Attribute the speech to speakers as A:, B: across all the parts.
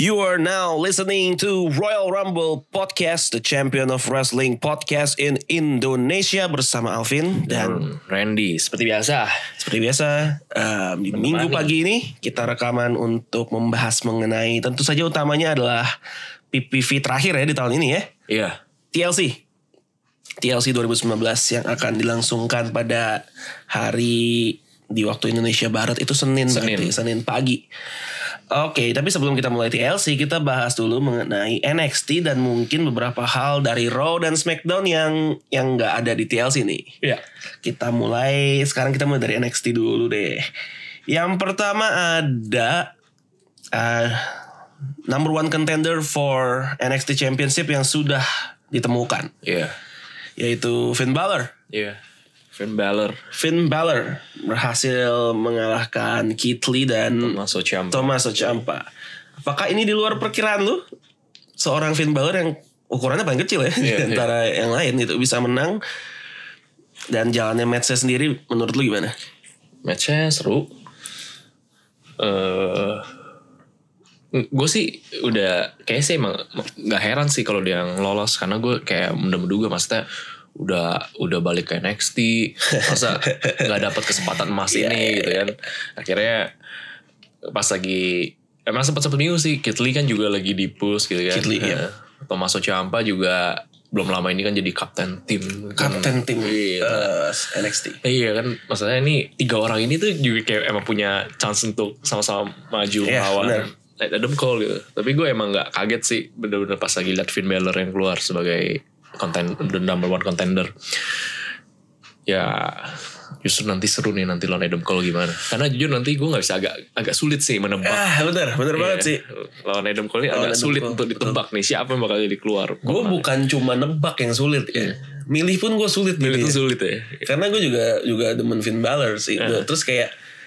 A: You are now listening to Royal Rumble Podcast, the champion of wrestling podcast in Indonesia, bersama Alvin dan
B: Randy. Seperti biasa,
A: di minggu pagi ini kita rekaman untuk membahas mengenai, tentu saja utamanya adalah PPV terakhir ya di tahun ini ya.
B: Iya.
A: TLC 2019 yang akan dilangsungkan pada hari di waktu Indonesia Barat itu Senin pagi. Oke, tapi sebelum kita mulai TLC, kita bahas dulu mengenai NXT dan mungkin beberapa hal dari Raw dan SmackDown yang nggak ada di TLC nih.
B: Iya.
A: Sekarang kita mulai dari NXT dulu deh. Yang pertama ada number one contender for NXT Championship yang sudah ditemukan.
B: Iya.
A: Yaitu Finn Balor.
B: Iya. Finn Balor berhasil mengalahkan Keith Lee dan Tommaso Ciampa. Apakah ini di luar perkiraan lu? Seorang Finn Balor yang ukurannya paling kecil ya antara yang lain itu bisa menang. Dan jalannya matchnya sendiri menurut lu gimana? Matchnya seru. Gue sih udah kayak sih emang gak heran sih kalau dia lolos, karena gue kayak menduga maksudnya udah balik ke NXT, masa nggak dapat kesempatan emas ini gitu kan. Akhirnya pas lagi emang sempat bingung sih. Keith Lee kan juga lagi di push gitu kan. Tommaso Ciampa juga belum lama ini kan jadi kapten tim NXT. Iya kan, maksudnya ini 3 orang ini tuh juga kayak emang punya chance untuk sama-sama maju melawan Adam Cole gitu. Tapi gue emang nggak kaget sih bener-bener pas lagi liat Finn Balor yang keluar sebagai the number one contender. Ya justru nanti seru nih nanti lawan Adam Cole gimana. Karena jujur nanti gue gak bisa, agak sulit sih menebak.
A: Bener banget sih.
B: Lawan Adam Cole ini agak sulit untuk ditebak nih siapa yang bakal jadi keluar.
A: Gue bukan cuma nebak yang sulit ya. Milih pun gue sulit.
B: Milih itu sulit ya.
A: Karena gue juga demen Finn Balor sih. Terus kayak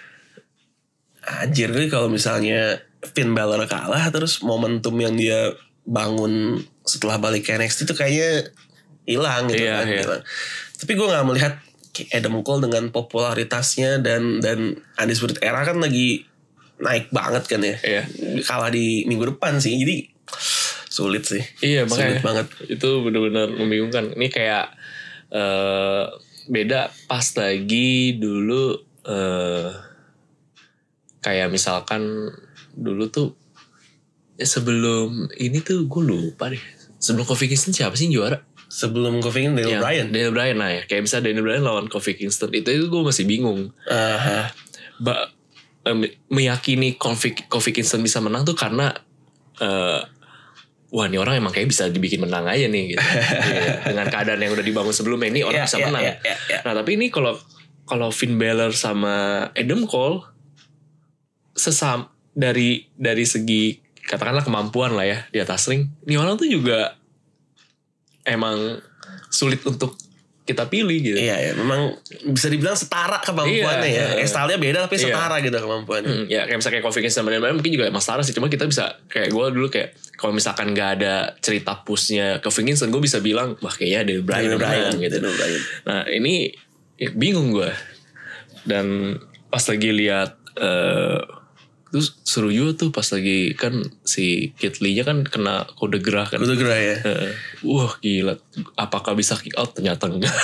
A: anjir nih kalau misalnya Finn Balor kalah, terus momentum yang dia bangun setelah balik ke NXT itu kayaknya hilang gitu kan. Hilang. Tapi gue gak melihat Adam Cole dengan popularitasnya dan Undisputed Era kan lagi naik banget kan ya. Kalah di minggu depan sih, jadi sulit sih.
B: Iya,
A: sulit banget.
B: Itu benar-benar membingungkan. Ini kayak beda pas lagi dulu kayak misalkan dulu tuh sebelum ini tuh gue lupa deh. Sebelum Kofi Kingston siapa sih yang juara?
A: Sebelum Kofi Kingston Daniel Bryan
B: nah ya. Kayak misalnya Daniel Bryan lawan Kofi Kingston itu gue masih bingung. Meyakini Kofi Kingston bisa menang tuh karena wah ini orang emang kayak bisa dibikin menang aja nih gitu. Dengan keadaan yang udah dibangun sebelumnya ini orang bisa menang. Nah tapi ini kalau Finn Balor sama Adam Cole sesam dari segi katakanlah kemampuan lah ya di atas ring, ini orang tuh juga emang sulit untuk kita pilih gitu.
A: Iya, memang bisa dibilang setara kemampuannya ya. Stylenya beda tapi setara gitu kemampuannya.
B: Ya kayak misalnya Kofi Kingston dan mungkin juga emang setara sih. Cuma kita bisa kayak gue dulu kayak kalau misalkan gak ada cerita pushnya Kofi Kingston, gue bisa bilang wah kayaknya Daniel Bryan gitu. Nah ini bingung gue. Dan pas lagi lihat terus seru juga tuh pas lagi kan si Keith Lee-nya kan kena kode gerah kan.
A: Kode gerah ya.
B: Wah gila. Apakah bisa kick out? Ternyata enggak.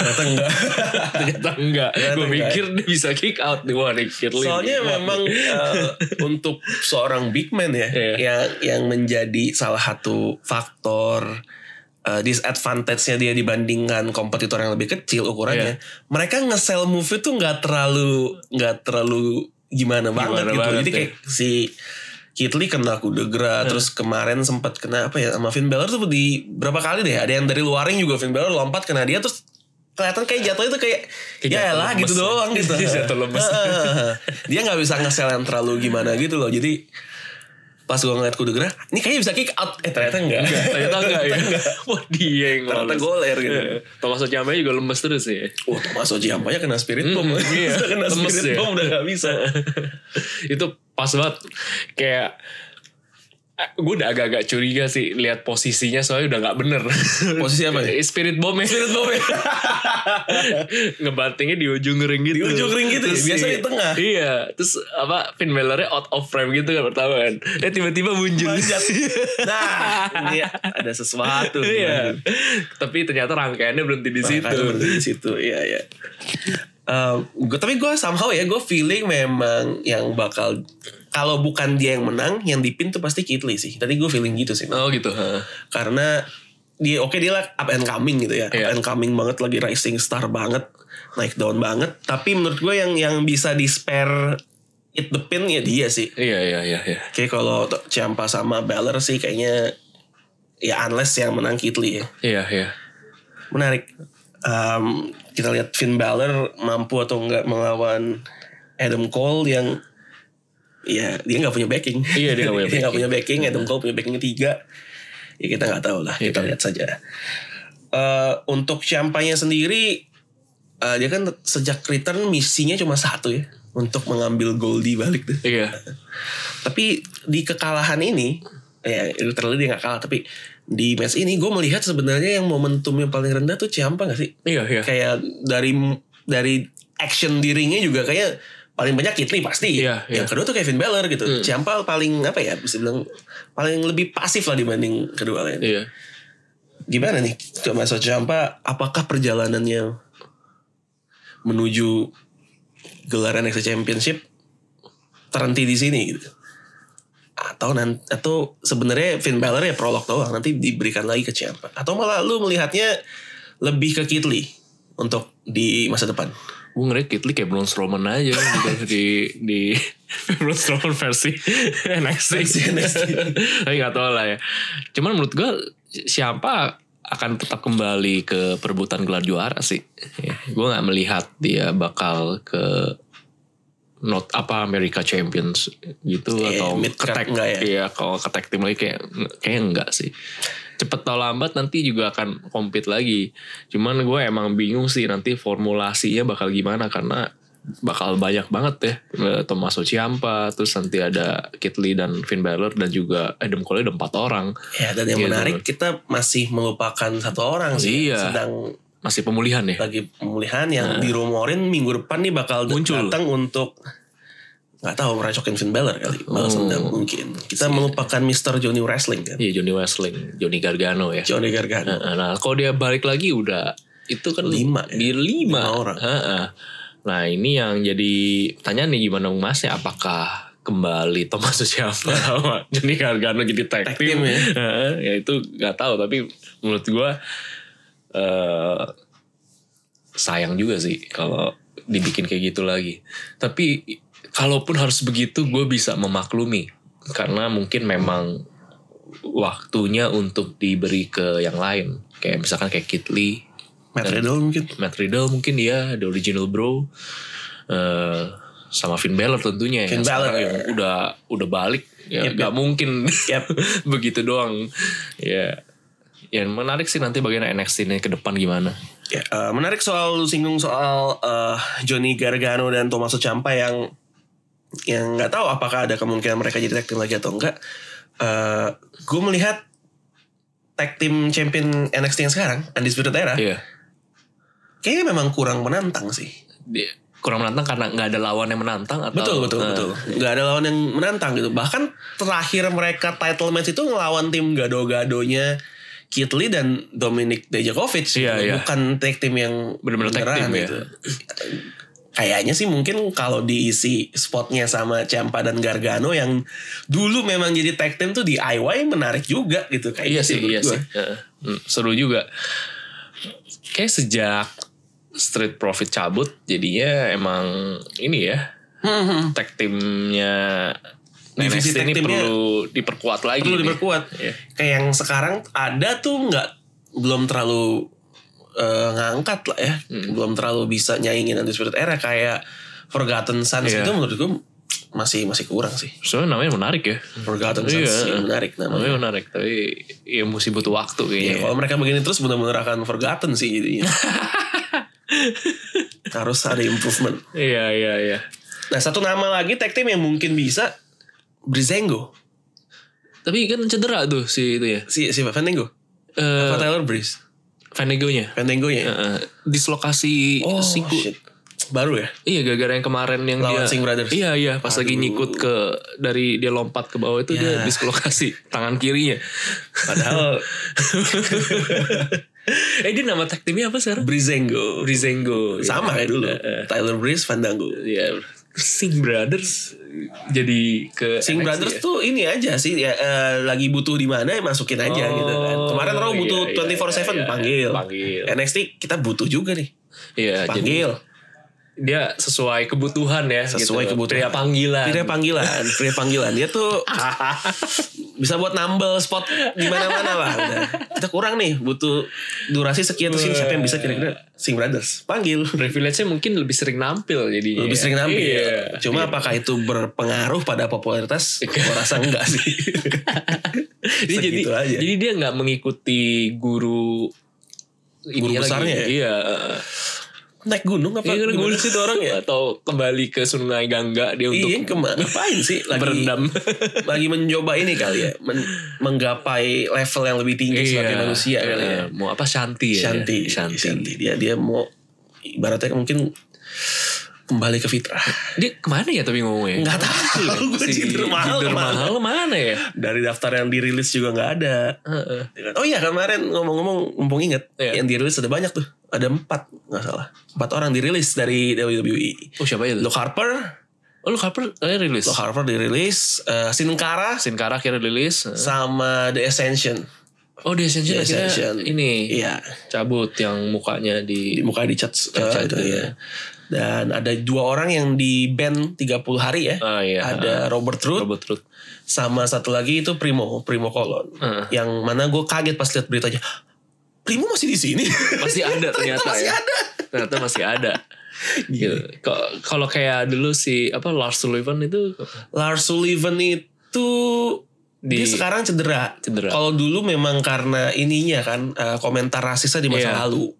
B: Gue pikir dia bisa kick out nih. Wah nih Keith Lee.
A: Soalnya memang untuk seorang big man ya. Yang menjadi salah satu faktor disadvantage-nya dia dibandingkan kompetitor yang lebih kecil ukurannya. Mereka nge-sell move itu gak terlalu gimana banget gitu. Jadi kayak si Keith Lee kena kuda gerah, terus kemarin sempat kena apa ya sama Finn Balor tuh di berapa kali deh. Ada yang dari luar ring juga Finn Balor lompat kena dia, terus kelihatan kayak jatuhnya tuh kayak ya lah gitu doang gitu.
B: Jatuh lemes.
A: Dia nggak bisa nge-sell yang terlalu gimana gitu loh. Jadi pas gue ngeliat kuda gerah, ini kayaknya bisa kick out. Ternyata enggak. Ya.
B: Wah dia yang
A: ternyata goler gitu.
B: Tommaso Ciampa juga lemes terus ya.
A: Tommaso Ciampa kena spirit bomb. Kena spirit bomb udah gak bisa.
B: Itu pas banget. Kayak gue udah agak-agak curiga sih lihat posisinya soalnya udah nggak bener.
A: Posisi apa ya?
B: Spirit bomb ya. Ngebantingnya di ujung ring gitu.
A: Di ujung ring gitu.
B: Terus
A: Biasa di tengah.
B: Iya. Terus Finn Balor-nya out of frame gitu kan pertama kan. Tiba-tiba muncul.
A: Nah, ini ada sesuatu.
B: Iya. Tapi ternyata rangkaiannya berhenti di situ.
A: Berhenti di situ. Iya. Tapi gue somehow ya, gue feeling memang yang bakal, kalau bukan dia yang menang, yang dipin tuh pasti Keith Lee sih. Tadi gue feeling gitu sih.
B: Oh gitu.
A: Karena dia lah up and coming gitu ya.
B: Yeah.
A: Up and coming banget, lagi rising star banget, naik down banget. Tapi menurut gue yang bisa di spare it the pin ya dia sih.
B: Iya.
A: Kayak kalau Ciampa sama Balor sih kayaknya ya unless yang menang Keith Lee ya.
B: Iya.
A: Menarik. Kita lihat Finn Balor mampu atau enggak melawan Adam Cole yang ya dia nggak punya backing.
B: Iya, dia nggak punya
A: backing. Adam Cole punya backing 3. Ya kita nggak tahu lah. Kita lihat saja. Untuk Ciampanya sendiri, dia kan sejak return misinya cuma satu ya, untuk mengambil Goldie balik tuh.
B: Iya.
A: Tapi di kekalahan ini, ya literally dia nggak kalah, tapi di match ini gue melihat sebenarnya yang momentumnya paling rendah tuh Ciampa nggak sih?
B: Iya.
A: Kayak dari action di ringnya juga kayak paling banyak Keith Lee pasti.
B: Iya.
A: Yang kedua tuh Kevin Balor gitu. Ciampa paling apa ya, bisa bilang paling lebih pasif lah dibanding kedua lain.
B: Iya.
A: Gimana nih Tommaso Ciampa? Apakah perjalanannya menuju gelaran NXT Championship terhenti di sini gitu? Atau sebenarnya Finn Balor ya prolog doang, nanti diberikan lagi ke Ciampa? Atau malah lu melihatnya lebih ke Keith Lee untuk di masa depan?
B: Gue ngeliat Keith Lee kayak Braun Strowman aja gitu di Braun Strowman versi NXT. Tapi gak tau lah ya. Cuman menurut gue Ciampa akan tetap kembali ke perebutan gelar juara sih. Ya, gue gak melihat dia bakal ke America Champions gitu atau
A: mid-card enggak ya?
B: Iya, kalau ke tag team lagi kayak enggak sih. Cepet atau lambat nanti juga akan compete lagi. Cuman gue emang bingung sih nanti formulasinya bakal gimana, karena bakal banyak banget ya. Tommaso Ciampa, terus nanti ada Keith Lee dan Finn Balor, dan juga Adam Cole ada 4 orang.
A: Ya, dan yang menarik kita masih melupakan satu orang sih.
B: Iya.
A: Sedang
B: masih pemulihan ya.
A: Lagi pemulihan yang dirumorin minggu depan nih bakal datang untuk nggak tahu meracokin Finn Balor kali, balas dendam mungkin. Kita melupakan Mr. Johnny Wrestling kan.
B: Iya, Johnny Wrestling, Johnny Gargano ya.
A: Johnny Gargano.
B: Nah, kalau dia balik lagi udah itu kan
A: 5 orang.
B: Nah, ini yang jadi pertanyaan nih, gimana Masnya, apakah kembali Tommaso Ciampa sama Johnny Gargano jadi tag team
A: ya?
B: Ya itu nggak tahu, tapi menurut gue sayang juga sih kalau dibikin kayak gitu lagi. Tapi kalaupun harus begitu, gue bisa memaklumi, karena mungkin memang waktunya untuk diberi ke yang lain, kayak misalkan kayak Keith Lee,
A: Matt Riddle mungkin
B: dia the original bro, sama Finn Balor tentunya
A: Finn Balor
B: yang udah balik ya, nggak mungkin begitu doang ya. Yang menarik sih nanti bagian NXT ini ke depan gimana.
A: Ya, menarik soal lu singgung soal Johnny Gargano dan Tommaso Ciampa yang nggak tahu apakah ada kemungkinan mereka jadi tag team lagi atau enggak. Gue melihat tag team champion NXT yang sekarang, Undisputed Era, kayaknya memang kurang menantang sih.
B: Kurang menantang karena nggak ada lawan yang menantang atau
A: betul nggak ada lawan yang menantang gitu. Bahkan terakhir mereka title match itu ngelawan tim gado-gadonya Keith Lee dan Dominic Dijakovic, bukan tag team yang
B: benar-benar tag team gitu.
A: Kayaknya sih mungkin kalau diisi spotnya sama Ciampa dan Gargano yang dulu memang jadi tag team tuh di IY menarik juga gitu.
B: Iya sih. Seru juga. Kayak sejak Street Profit cabut jadinya emang ini ya, tag teamnya
A: divisi
B: NXT ini perlu diperkuat lagi.
A: Kayak yang sekarang ada tuh belum terlalu ngangkat lah ya, belum terlalu bisa nyaingin Undisputed Era. Kayak Forgotten Sons itu menurut gue masih kurang sih.
B: Soalnya namanya menarik ya,
A: Forgotten Sons yang menarik namanya
B: menarik, tapi ya mesti butuh waktu kayaknya.
A: Kalau mereka begini terus benar-benar akan forgotten sih jadinya. Harus ada improvement.
B: Iya.
A: Nah, satu nama lagi tag team yang mungkin bisa, Breezango.
B: Tapi kan cedera tuh si itu ya.
A: Si Fandango. Apa Tyler Breeze?
B: Fandango-nya. Dislokasi siku.
A: Shit. Baru ya?
B: Iya, gara-gara yang kemarin yang
A: lawan
B: dia
A: Singh Brothers.
B: Iya, pas lagi nyikut dari dia lompat ke bawah itu dia dislokasi tangan kirinya.
A: Padahal
B: dia nama tag timnya apa sekarang?
A: Brizengo. Sama kayak dulu. Tyler Breeze, Fandango.
B: Iya. Singh Brothers jadi ke
A: Singh Brothers
B: ya?
A: tuh ini aja sih ya, lagi butuh di mana masukin aja gitu kan. Kemarin Raw butuh 24/7 panggil. NXT kita butuh juga nih.
B: Iya,
A: panggil.
B: Dia sesuai kebutuhan ya.
A: Sesuai
B: gitu.
A: kebutuhan. Pria panggilan. Dia tuh bisa buat nambel spot di mana-mana lah. Udah. Kita kurang nih, butuh durasi sekian terus ini siapa yang bisa kira-kira Singh Brothers panggil.
B: Privilege-nya mungkin lebih sering nampil jadinya.
A: Lebih sering nampil. Iya. Cuma apakah itu berpengaruh pada popularitas? Gue rasa enggak sih.
B: jadi dia enggak mengikuti guru
A: besarnya
B: lagi. Iya.
A: Naik gunung apa?
B: Iya, gunung sih orang ya, atau kembali ke Sungai Gangga dia untuk
A: ngapain sih? Lagi
B: berendam.
A: Lagi mencoba ini kali ya, menggapai level yang lebih tinggi sebagai manusia kali ya.
B: Mau apa Shanti ya?
A: Shanti. Dia mau ibaratnya mungkin kembali ke fitrah.
B: Dia kemana ya tapi ngomongnya?
A: Nggak tahu. Gue Jinder Mahal
B: mana ya?
A: Dari daftar yang dirilis juga nggak ada. Oh iya, kemarin ngomong-ngomong mumpung inget, yang dirilis ada banyak tuh. Ada 4 nggak salah. 4 orang dirilis dari WWE.
B: Oh, siapa itu?
A: Luke Harper.
B: Luke Harper rilis.
A: Luke Harper dirilis. Sin Cara
B: akhirnya rilis.
A: Sama The Ascension.
B: Oh, The Ascension akhirnya ini.
A: Iya.
B: Cabut yang mukanya di
A: mukanya dicat itu ya. Dan ada 2 orang yang di ban 30 hari ya. Ada Robert Roode. Sama satu lagi itu Primo Colon. Yang mana gue kaget pas lihat beritanya. Primo masih di sini.
B: Masih ada ternyata ya. Ternyata masih ada. Gitu. Kalau kayak dulu si Lars Sullivan itu dia sekarang cedera. Kalau dulu memang karena ininya kan komentar rasisnya di masa lalu.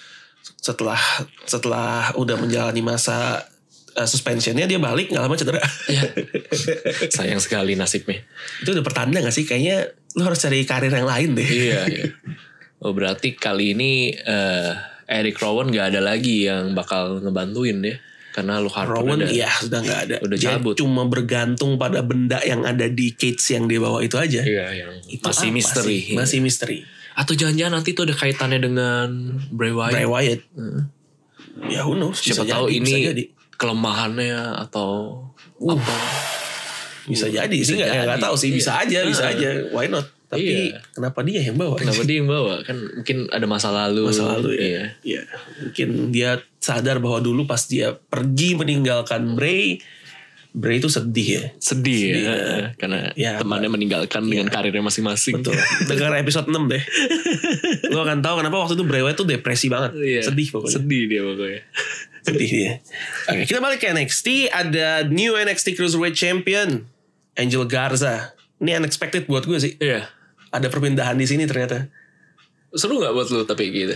B: Setelah udah menjalani masa suspensionnya dia balik nggak lama cedera. Sayang sekali nasibnya.
A: Itu udah pertanda nggak sih? Kayaknya lu harus cari karir yang lain deh.
B: Iya. Oh, berarti kali ini Eric Rowan gak ada lagi yang bakal ngebantuin ya. Karena Luke Harper
A: Rowan sudah gak ada.
B: Udah cabut.
A: Dia cuma bergantung pada benda yang ada di cage yang dia bawa itu aja.
B: Iya, yang itu masih misteri.
A: Masih misteri.
B: Atau jangan-jangan nanti itu ada kaitannya dengan Bray Wyatt.
A: Ya who knows.
B: Siapa tahu ini kelemahannya atau apa.
A: Bisa jadi sih. Gak tahu sih. Bisa aja. Why not? Tapi kenapa dia yang bawa?
B: Kan mungkin ada masa lalu
A: ya. Iya. Mungkin dia sadar bahwa dulu pas dia pergi meninggalkan Bray itu sedih ya. Karena temannya meninggalkan dengan karirnya masing-masing.
B: Betul.
A: Dengar episode 6 deh. Lo akan tahu kenapa waktu itu Bray Wyatt tuh depresi banget. Sedih pokoknya.
B: Sedih dia pokoknya.
A: Sedih dia. Oke, kita balik ke NXT. Ada new NXT Cruiserweight Champion Angel Garza. Ini unexpected buat gue sih.
B: Iya.
A: Ada perpindahan di sini ternyata.
B: Seru gak buat lu tapi gitu?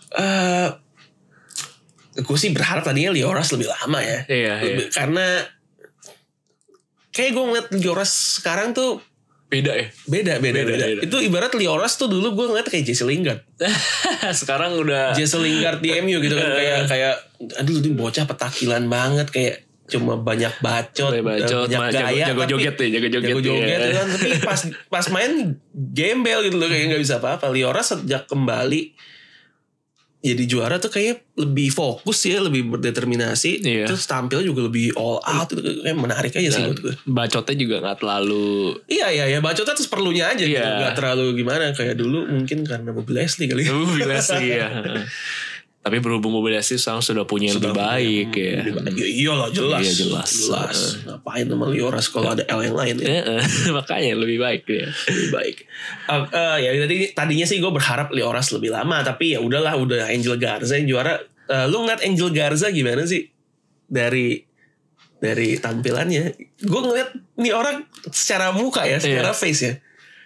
A: Gue sih berharap tadinya Lioras lebih lama ya.
B: Iya.
A: Karena kayak gue ngeliat Lioras sekarang tuh
B: beda ya.
A: Beda. Itu ibarat Lioras tuh dulu gue ngeliat kayak Jesse Lingard.
B: Sekarang udah
A: Jesse Lingard di MU gitu kan. Kayak aduh ini bocah petakilan banget. Kayak cuma banyak bacot banyak gaya,
B: jago joget
A: kan. Tapi pas main gembel gitu loh, kayak nggak bisa apa-apa. Lioras sejak kembali jadi juara tuh kayak lebih fokus ya, lebih berdeterminasi. Terus tampil juga lebih all out. Itu kayak menarik aja sih buat gue.
B: Bacotnya juga nggak terlalu.
A: Iya bacotnya terus perlunya aja gitu. Nggak terlalu gimana kayak dulu mungkin karena Bobby Lashley kali.
B: Bobby Lashley ya. Tapi berhubung Bobby Lashley sekarang sudah punya yang lebih baik ya.
A: Iyalah jelas.
B: Iya jelas.
A: Ngapain sama Lioras kalau ada L yang lain ya.
B: Makanya lebih baik ya.
A: Lebih baik. Ya tadinya sih gue berharap Lioras lebih lama, tapi ya udahlah, udah Angel Garza yang juara. Lu ngeliat Angel Garza gimana sih dari tampilannya? Gue ngeliat nih orang secara muka ya, secara face ya.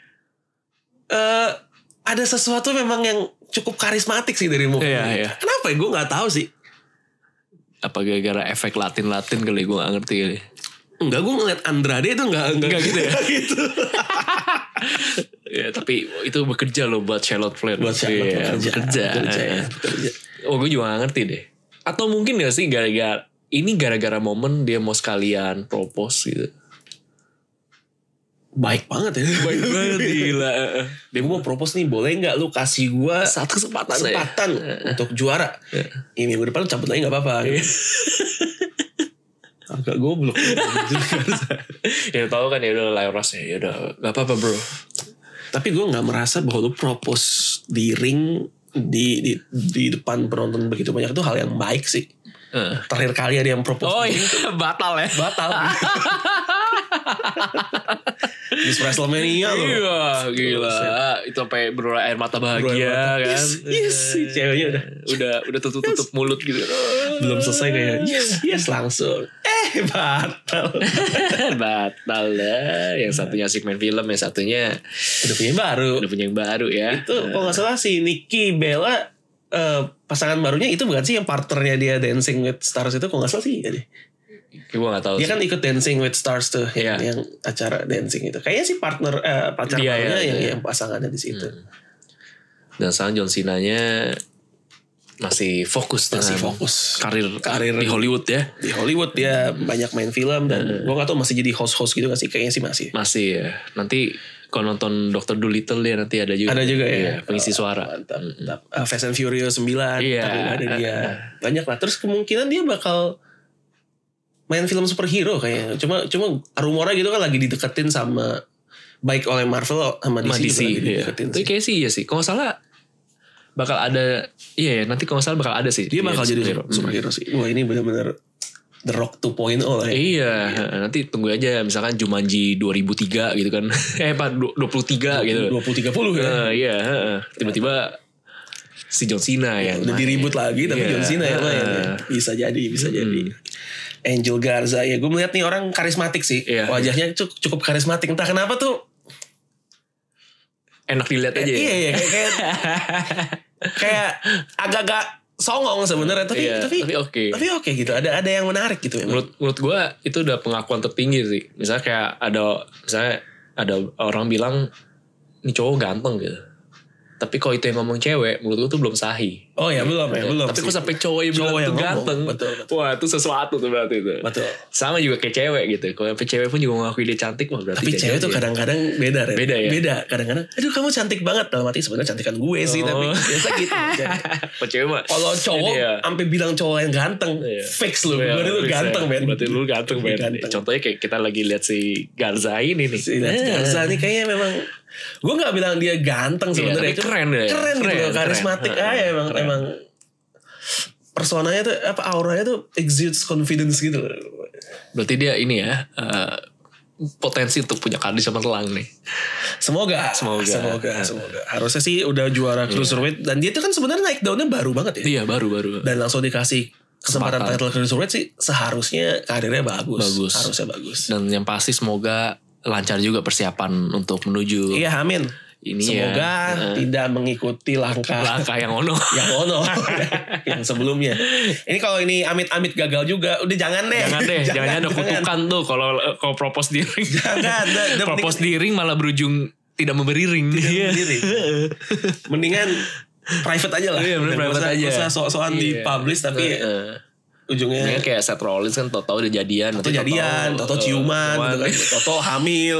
A: Ada sesuatu memang yang cukup karismatik sih dari muka.
B: Iya.
A: Kenapa ya? Gue gak tahu sih.
B: Apa gara-gara efek Latin kali, gue gak ngerti kali.
A: Enggak, gue ngeliat Andrade itu enggak
B: gitu ya.
A: gitu.
B: Ya, tapi itu bekerja loh buat Charlotte Flair.
A: Buat Charlotte
B: bekerja. Oh, gue juga gak ngerti deh. Atau mungkin gak sih gara-gara momen dia mau sekalian propose gitu.
A: Baik banget ya.
B: Baik banget, gila.
A: Dia mau propose nih, boleh gak lu kasih gue
B: satu kesempatan
A: untuk juara. Ini minggu depan lu cabut lagi gak apa-apa. Agak goblok.
B: Ya tahu kan ya udah Lairos ya udah gak apa-apa bro.
A: Tapi gue nggak merasa bahwa lu propose di ring di depan penonton begitu banyak itu hal yang baik sih. Terakhir kali ada yang propose.
B: Oh iya, batal ya.
A: Batal. Di WrestleMania loh.
B: Iya, gila. Itu sampai berurai air mata bahagia kan.
A: Yes, ceweknya
B: udah tutup mulut gitu.
A: Belum selesai kayak yes langsung. Batal.
B: Batal lah. Yang satunya asik main film, yang satunya
A: udah punya yang baru ya. Itu kalau nggak salah si Nikki Bella pasangan barunya itu bukan sih yang partnernya dia Dancing with Stars itu, kalau nggak salah sih ya deh.
B: Gue gak tahu
A: dia
B: sih.
A: Kan ikut Dancing with Stars tuh yang acara dancing itu. Kayaknya sih partner pacar barunya yang pasangannya di situ.
B: Dan sekarang John Cena-nya masih fokus karir di Hollywood ya.
A: Di Hollywood dia banyak main film dan gue gak tahu masih jadi host gitu gak sih? Kayaknya sih masih.
B: Masih ya. Nanti kalau nonton Dr. Dolittle dia nanti ada juga.
A: Ada juga ya.
B: Pengisi suara.
A: Mantap. Fast and Furious 9 tapi ada dia. Banyak lah. Terus kemungkinan dia bakal main film superhero kayaknya. Cuma rumornya gitu kan lagi dideketin sama baik oleh Marvel sama DC.
B: Tapi kayak sih iya sih. Kalau salah bakal ada nanti kalau salah bakal ada sih.
A: Dia bakal jadi superhero sih. Wah, ini benar-benar The Rock 2.0 ya.
B: Iya, nanti tunggu aja misalkan Jumanji 2003 gitu kan. 23 gitu.
A: 2030 ya.
B: Iya, tiba-tiba si John Cena yang
A: udah diribut lagi tapi John Cena yang main ya. Bisa jadi. Angel Garza ya, gue melihat nih orang karismatik sih. Wajahnya cukup karismatik. Entah kenapa tuh
B: enak dilihat aja.
A: Iya, kayak agak-agak songong sebenarnya tapi
B: oke.
A: Tapi oke gitu. Ada yang menarik gitu.
B: Menurut gue itu udah pengakuan tertinggi sih. Misalnya kayak ada orang bilang ini cowok ganteng gitu. Tapi kalau itu yang ngomong cewek, menurut gue tuh belum sahih.
A: Oh ya belum.
B: Tapi kok sampai cowok yang bilang tuh ganteng,
A: betul.
B: Wah itu sesuatu tuh berarti itu.
A: Betul.
B: Sama juga kayak cewek gitu. Kalau sampai cewek pun juga ngakui dia cantik, wah berarti.
A: Tapi cewek tuh kadang-kadang beda ya. Beda. Kadang-kadang, aduh kamu cantik banget. Dalam arti sebenarnya cantikan gue sih, tapi biasa gitu.
B: Cewek mah.
A: Kalau cowok sampai bilang cowok yang ganteng, fix lu. Gue itu ganteng Ben.
B: Berarti lu ganteng Ben. Contohnya kayak kita lagi lihat si Garza ini nih.
A: Si Garza nih kayaknya memang. Gue gak bilang dia ganteng sebenarnya.
B: Keren gitu.
A: Karismatik aja emang. Personanya tuh auranya tuh exudes confidence gitu.
B: Berarti dia ini ya potensi untuk punya kardus sama telang nih.
A: Semoga. Harusnya sih udah juara cruiserweight dan dia tuh kan sebenarnya naik daunnya baru banget ya.
B: Iya baru.
A: Dan langsung dikasih kesempatan title cruiserweight sih seharusnya karirnya bagus. Harusnya bagus.
B: Dan yang pasti semoga lancar juga persiapan untuk menuju.
A: Iya, amin.
B: Ini
A: semoga tidak mengikuti langkah
B: yang ono.
A: Yang sebelumnya. Ini kalau ini amit-amit gagal juga, udah jangan deh.
B: Jangan ada kutukan tuh kalau propose di ring.
A: Jangan.
B: Propose di ring malah berujung tidak memberi ring.
A: Mendingan private aja lah.
B: Iya, private aja.
A: Masa sok-sokan di publish tapi ujungnya
B: kayak Seth Rollins kan tau udah jadian.
A: Tau ciuman gitu kan. Tau hamil.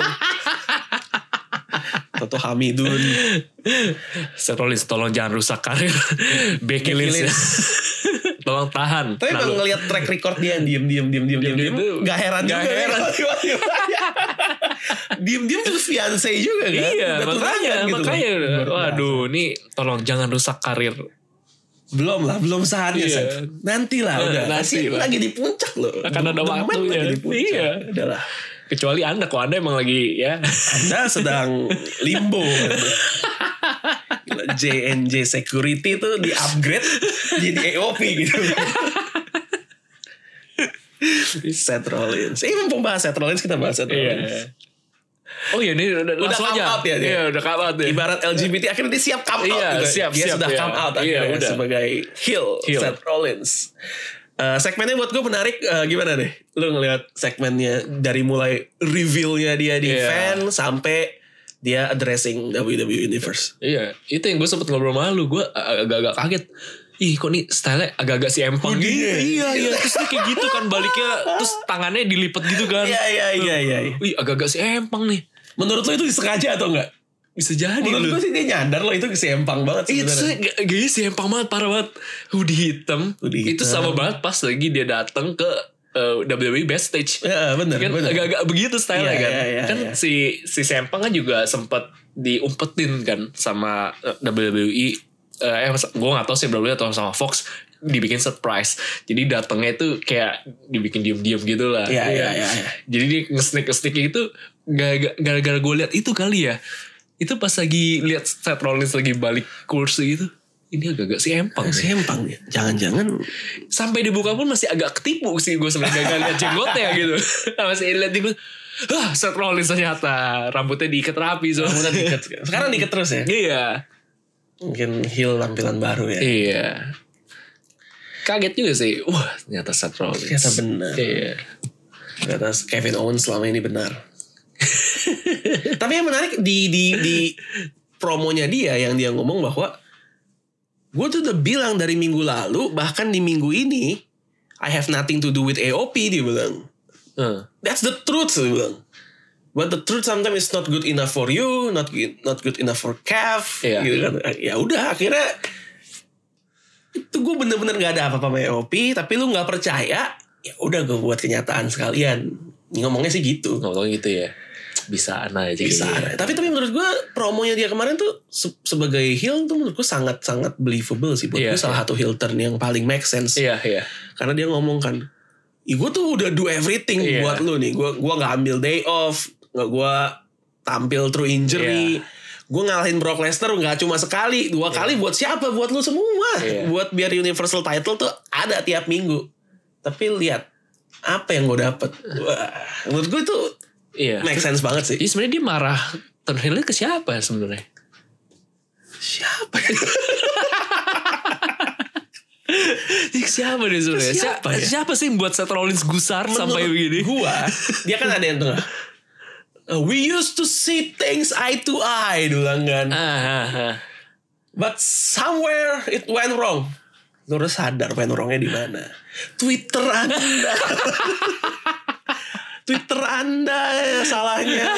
A: Tau Hamidun.
B: Seth Rollins tolong jangan rusak karir Becky Lynch. Tolong tahan.
A: Tapi kalau ngelihat track record dia diem gak heran juga. Diem terus fiancé juga kan.
B: Iya makanya waduh nih tolong jangan rusak karir.
A: Belum saatnya nanti lah udah lagi di puncak loh.
B: Akan ada waktunya. Iya
A: udahlah.
B: Kecuali Anda kalau Anda emang lagi
A: Anda sedang limbo. J&J Security tuh di upgrade jadi AOP gitu. Seth Rollins. Mumpung bahas Seth Rollins kita bahas Seth Rollins.
B: Oh iya ini udah
A: come out ya dia.
B: Iya udah come out ya.
A: Ibarat LGBT akhirnya dia siap come out.
B: Siap
A: dia sudah come out akhirnya
B: udah.
A: sebagai heel Seth Rollins. Segmennya buat gue menarik. Gimana deh lu ngelihat segmennya dari mulai reveal-nya dia di fan sampai dia addressing WWE Universe.
B: Iya, itu yang gue sempet ngobrol sama lu. Gue agak-agak kaget. Ih kok nih style-nya agak-agak si empang gitu. Iya. Terus dia kayak gitu kan baliknya. Terus tangannya dilipet gitu kan.
A: Iya.
B: Wih agak-agak si empang nih.
A: Menurut lu itu disengaja atau enggak?
B: Bisa jadi.
A: Menurut gue sih dia nyadar loh itu si empang banget sebenarnya.
B: Itu gaya si empang banget, parah banget. Hoodie hitam. Itu sama banget pas lagi dia datang ke WWE backstage.
A: Ya benar.
B: Kan agak-agak begitu style-nya kan. Kan
A: iya.
B: si Sempang kan juga sempat diumpetin kan sama WWE. Gue gak tahu sih WWE atau sama Fox dibikin surprise. Jadi datangnya itu kayak dibikin diem-diem gitu lah.
A: Iya.
B: Jadi dia nge-sneak itu gara-gara gue lihat itu kali ya. Itu pas lagi lihat Seth Rollins lagi balik kursi gitu. Ini agak-agak si empang.
A: Si empang ya. Jangan-jangan
B: sampai dibuka pun masih agak ketipu sih gue sebenarnya gak lihat jenggotnya gitu. Masih lihat jenggot. Seth Rollins ternyata rambutnya diikat rapi.
A: Rambutnya diikat. Sekarang diikat terus ya?
B: Iya.
A: Mungkin heel tampilan baru ya.
B: Iya. Kaget juga sih. Wah ternyata Seth Rollins.
A: Ternyata benar.
B: Iya.
A: Ternyata Kevin Owens selama ini benar. Tapi yang menarik di promonya dia yang dia ngomong bahwa gue tuh udah bilang dari minggu lalu, bahkan di minggu ini I have nothing to do with AOP, dia bilang. That's the truth, dia bilang. But the truth sometimes is not good enough for you, not good enough for Kev, gitu kan. Ya udah akhirnya itu gue bener-bener gak ada apa-apa sama AOP, tapi lu gak percaya, ya udah gue buat kenyataan sekalian. Ngomongnya sih gitu.
B: Ngomongnya gitu ya. Bisa aja
A: bisa
B: gitu.
A: Tapi menurut gue promonya dia kemarin tuh sebagai heel tuh menurut gue sangat-sangat believable sih. Buat gue salah satu heel turn yang paling make sense.
B: Iya.
A: Karena dia ngomong kan, gue tuh udah do everything buat lu nih. Gue gak ambil day off, gue tampil through injury. Gue ngalahin Brock Lesnar gak cuma sekali, 2 kali buat siapa? Buat lu semua. Buat biar Universal Title tuh ada tiap minggu. Tapi lihat apa yang gue dapet. Wah, menurut gue itu make sense banget sih.
B: Jadi sebenarnya dia marah terhilangnya ke siapa sebenarnya?
A: Siapa?
B: Siapa dia sebenarnya? Siapa sih yang buat Seth Rollins gusar sampai begini?
A: Dia kan ada yang tengah. We used to see things eye to eye dulu kan. But somewhere it went wrong. Lu harus sadar went wrongnya di mana? Twitter Anda salahnya.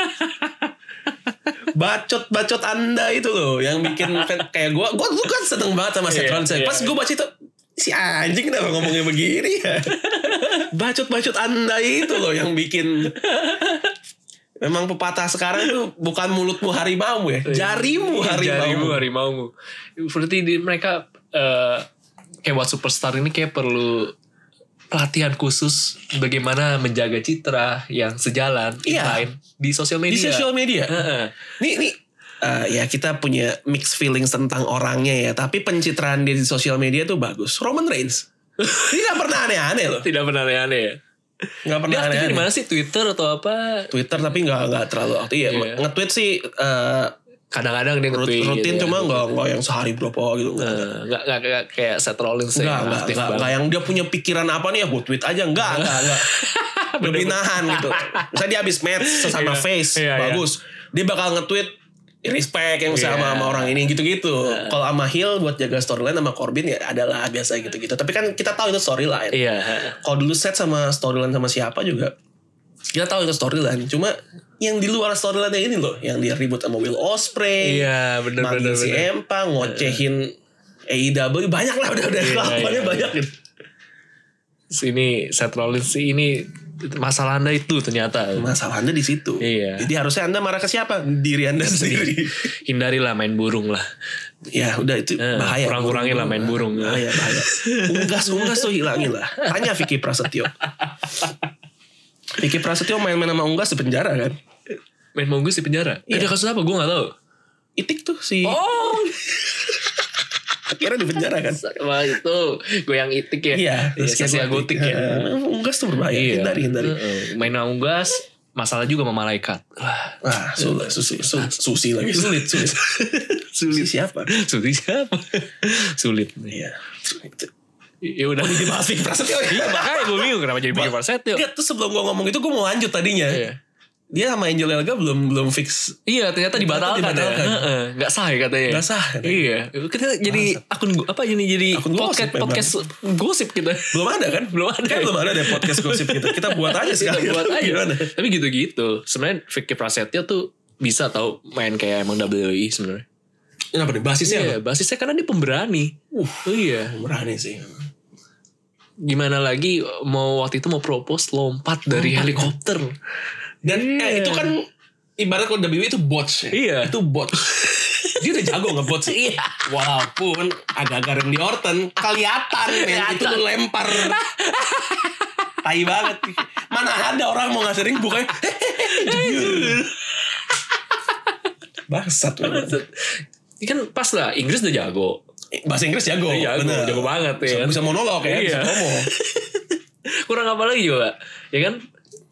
A: Bacot Anda itu loh yang bikin kayak gue kan seneng banget sama Seth Rollins. Pas gue baca itu, si anjing kenapa ngomongnya begini ya. Bacot Anda itu loh yang bikin. Memang pepatah sekarang tuh bukan mulutmu harimau ya, jarimu harimau.
B: Berarti mereka kayak buat superstar ini kayak perlu pelatihan khusus bagaimana menjaga citra yang sejalan di sosial media.
A: Nih ya kita punya mixed feelings tentang orangnya ya, tapi pencitraan dia di sosial media tuh bagus. Roman Reigns tidak pernah aneh-aneh loh.
B: Tidak pernah aneh-aneh ya.
A: Nggak pernah
B: dia
A: aneh-aneh.
B: Di mana sih, Twitter atau apa?
A: Twitter tapi nggak terlalu aktif ya. Nge-tweet sih
B: kadang-kadang dia nge-tweet
A: rutin
B: gitu,
A: nggak yang sehari berapa gitu.
B: Nggak kayak Seth Rollins
A: nggak yang dia punya pikiran apa nih ya buat tweet aja nggak lebih nahan gitu. Misalnya dia habis match sesama face bagus, dia bakal nge-tweet respect yang sama orang ini gitu-gitu. Kalau sama heel buat jaga storyline sama Corbin ya adalah biasa gitu-gitu. Tapi kan kita tahu itu storyline. Kalau dulu set sama storyline sama siapa juga kita tahu itu storyline. Cuma yang di luar storyline ini loh, yang dia ribut sama Will Ospreay,
B: bener
A: si Empang, ngocehin AEW, banyak lah udah kelakuannya banyak gitu.
B: Sini Seth Rollins sih ini masalah Anda itu ternyata.
A: Masalah Anda di situ. Jadi harusnya Anda marah ke siapa? Diri Anda sendiri.
B: Hindarilah main burung lah.
A: Ya udah itu bahaya.
B: Kurang-kurangin lah main burung.
A: Bahaya. Unggas tuh hilangin lah. Tanya Vicky Prasetyo. Vicky Prasetyo main-main sama unggas di penjara kan?
B: Main sama unggas di penjara? Ada kasus apa? Gue gak tahu.
A: Itik tuh si. Akhirnya di penjara kan?
B: Wah itu goyang itik ya.
A: Iya.
B: Sesi agotik ya.
A: Unggas tuh berbahaya. Hindari.
B: Main sama unggas. Masalah juga sama malaikat.
A: Wah susi lagi. Sulit.
B: Sulit
A: siapa?
B: Sulit. Iya. Ya udah.
A: Dibahas Vicky Prasetyo ya.
B: Iya makanya gue bingung kenapa jadi Vicky Prasetyo.
A: Enggak, terus sebelum gue ngomong itu gue mau lanjut tadinya.
B: Iya.
A: Dia sama Angel Elga belum fix.
B: Iya ternyata dibatalkan. Nggak sah ya katanya.
A: Nggak sah.
B: Iya. Kita jadi akun apa jadi
A: akun
B: podcast gosip kita.
A: Belum ada kan? Belum ada deh podcast gosip kita buat aja sekali.
B: Kita buat aja. Tapi gitu-gitu. Sebenarnya Vicky Prasetyo tuh bisa tahu main kayak emang WWE sebenarnya.
A: Kenapa nih basisnya?
B: Iya, basisnya karena dia pemberani. Iya.
A: Pemberani sih.
B: Gimana lagi mau waktu itu mau propose lompat dari helikopter.
A: Dan itu kan ibarat kalau WWE itu bots ya.
B: Iya.
A: Itu bots. Dia udah jago nge-bots.
B: Iya.
A: Walaupun agak-agak Randy Orton kelihatan men itu tuh lempar. Tai banget. Mana ada orang mau ngasih ring bukannya. Bangsat.
B: Ini kan pas lah Inggris udah jago.
A: Bahasa Inggris jago.
B: Jago banget ya.
A: Bisa monolog ya, bisa ngomong.
B: Kurang apa lagi juga? Ya kan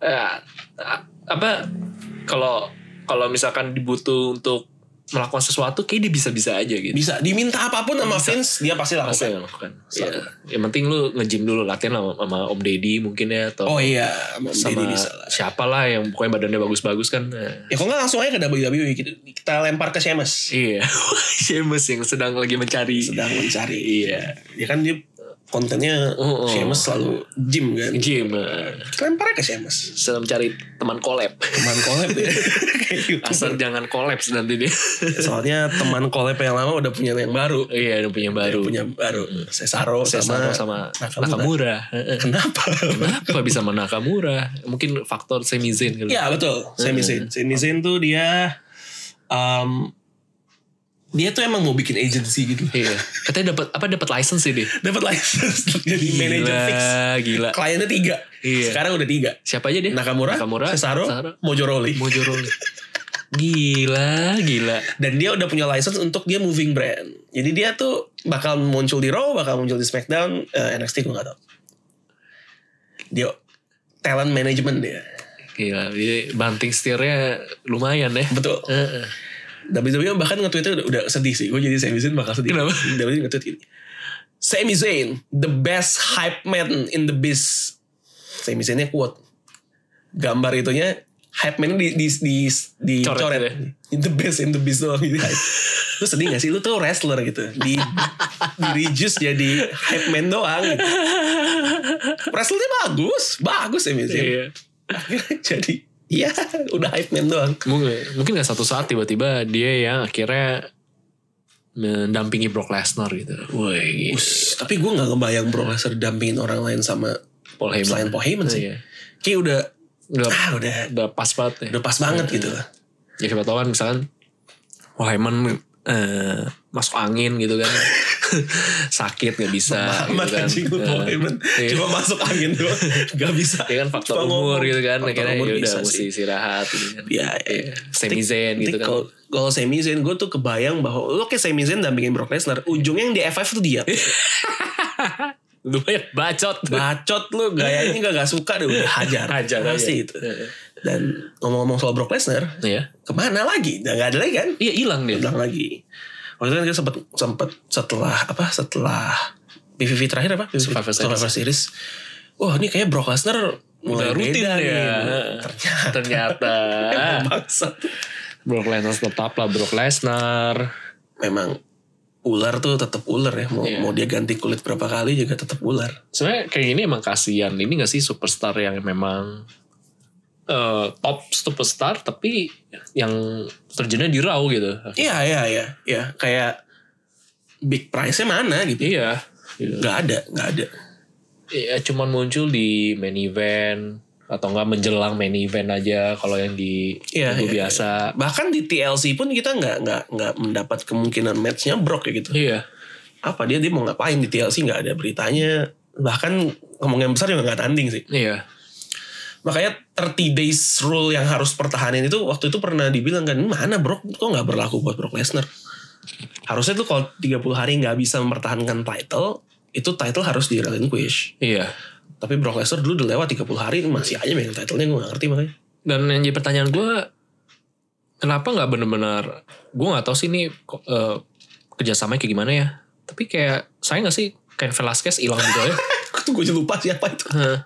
B: apa kalau misalkan dibutuh untuk melakukan sesuatu kayak dia bisa-bisa aja gitu.
A: Bisa diminta apapun sama Vince dia pasti lakukan.
B: Ya, yang penting lu nge-gym dulu latihan sama Om Deddy mungkin ya atau
A: sama bisa lah.
B: Siapa lah yang pokoknya badannya bagus-bagus kan.
A: Ya kok nggak langsung aja ke WWE kita lempar ke Sheamus.
B: Iya. Sheamus yang sedang mencari.
A: Iya. Ya kan dia kontennya Sheamus selalu gym kan. Kita lempar ke Sheamus.
B: Sedang mencari teman collab
A: ya.
B: Asal jangan collapse nanti dia.
A: Soalnya teman collab yang lama udah punya yang baru.
B: Iya udah punya baru. Cesaro sama Nakamura. Kenapa bisa sama Nakamura? Mungkin faktor Sami Zayn kali.
A: Iya betul. Sami Zayn tuh dia dia tuh emang mau bikin agency gitu.
B: Iya. Katanya dapat license sih dia.
A: Dapat license jadi manager fix. Gila. Kliennya 3. Iya. Sekarang udah 3.
B: Siapa aja dia?
A: Nakamura Cesaro, Mojo Rawley. Gila. Dan dia udah punya license untuk dia moving brand. Jadi dia tuh bakal muncul di Raw, bakal muncul di SmackDown, NXT gue gak tau. Dia talent management dia.
B: Gila, jadi banting setirnya lumayan ya.
A: Betul. WWE bahkan nge-tweetnya udah sedih sih. Gue jadi Sami Zayn bakal sedih.
B: Kenapa?
A: WWE nge-tweet gini. Sami Zayn, the best hype man in the biz. Sami Zaynnya quote. Gambar itunya hype man di coret.
B: Ya?
A: In the best in the biz doang gitu. Lu sedih gak sih? Lu tuh wrestler gitu. Di reduce jadi hype man doang gitu. Wrestlernya bagus Sami Zayn.
B: Iya.
A: Akhirnya jadi iya udah hype man doang.
B: Mungkin gak satu saat tiba-tiba dia yang akhirnya mendampingi Brock Lesnar gitu.
A: Woi. Tapi gue gak ngebayang Brock Lesnar dampingin orang lain sama
B: Paul Heyman.
A: Selain Paul Heyman sih.
B: Iya.
A: Kayak
B: udah pas banget ya.
A: Udah pas banget gitu lah.
B: Ya siapa tau kan misalkan Paul Heyman masuk angin gitu kan. Sakit gak bisa
A: gitu kan. Paul Heyman cuma masuk angin doang gak bisa.
B: Ya kan faktor umur gitu kan. Akhirnya yaudah mesti istirahat gitu kan.
A: Ya.
B: Sami Zayn gitu kan.
A: Kalau Sami Zayn gue tuh kebayang bahwa lo kayak Sami Zayn dampingin Brock Lesnar, ujungnya yang di F5 tuh dia.
B: Lumayan bacot
A: lu gayanya gak suka deh, udah hajar pasti itu. Dan ngomong-ngomong soal Brock Lesnar, kemana lagi? Gak ada lagi kan?
B: Iya hilang
A: lagi. Waktu itu kan kita sempet setelah PVV terakhir apa? Survivor Series. Wah ini kayaknya Brock Lesnar
B: udah rutin ya. Ternyata.
A: Bangsat.
B: Brock Lesnar tetap lah Brock Lesnar.
A: Memang ular tuh tetap ular ya. Mau dia ganti kulit berapa kali juga tetap ular.
B: Sebenarnya kayak gini emang kasihan. Ini gak sih superstar yang memang top superstar tapi yang terjunnya di Raw gitu.
A: Iya. Kayak big price-nya mana gitu.
B: Iya.
A: Gak ada.
B: Iya, cuman muncul di main event atau enggak menjelang main event aja kalau yang di biasa.
A: Bahkan di TLC pun kita nggak mendapat kemungkinan matchnya Brock kayak gitu.
B: Iya.
A: Apa dia mau ngapain di TLC nggak ada beritanya. Bahkan ngomongin besar juga nggak tanding sih.
B: Iya.
A: Makanya 30 days rule yang harus pertahanin itu waktu itu pernah dibilang kan mana Brock kok nggak berlaku buat Brock Lesnar. Harusnya tuh kalau 30 hari nggak bisa mempertahankan title itu title harus di relinquish.
B: Iya.
A: Tapi Brock Lesnar dulu udah lewat 30 hari masih aja megang title-nya gue gak ngerti makanya.
B: Dan yang jadi pertanyaan gue kenapa gak bener-bener gue gak tahu sih ini kerjasamanya kayak gimana ya. Tapi kayak saya gak sih Cain Velasquez hilang juga ya.
A: Gue lupa siapa itu.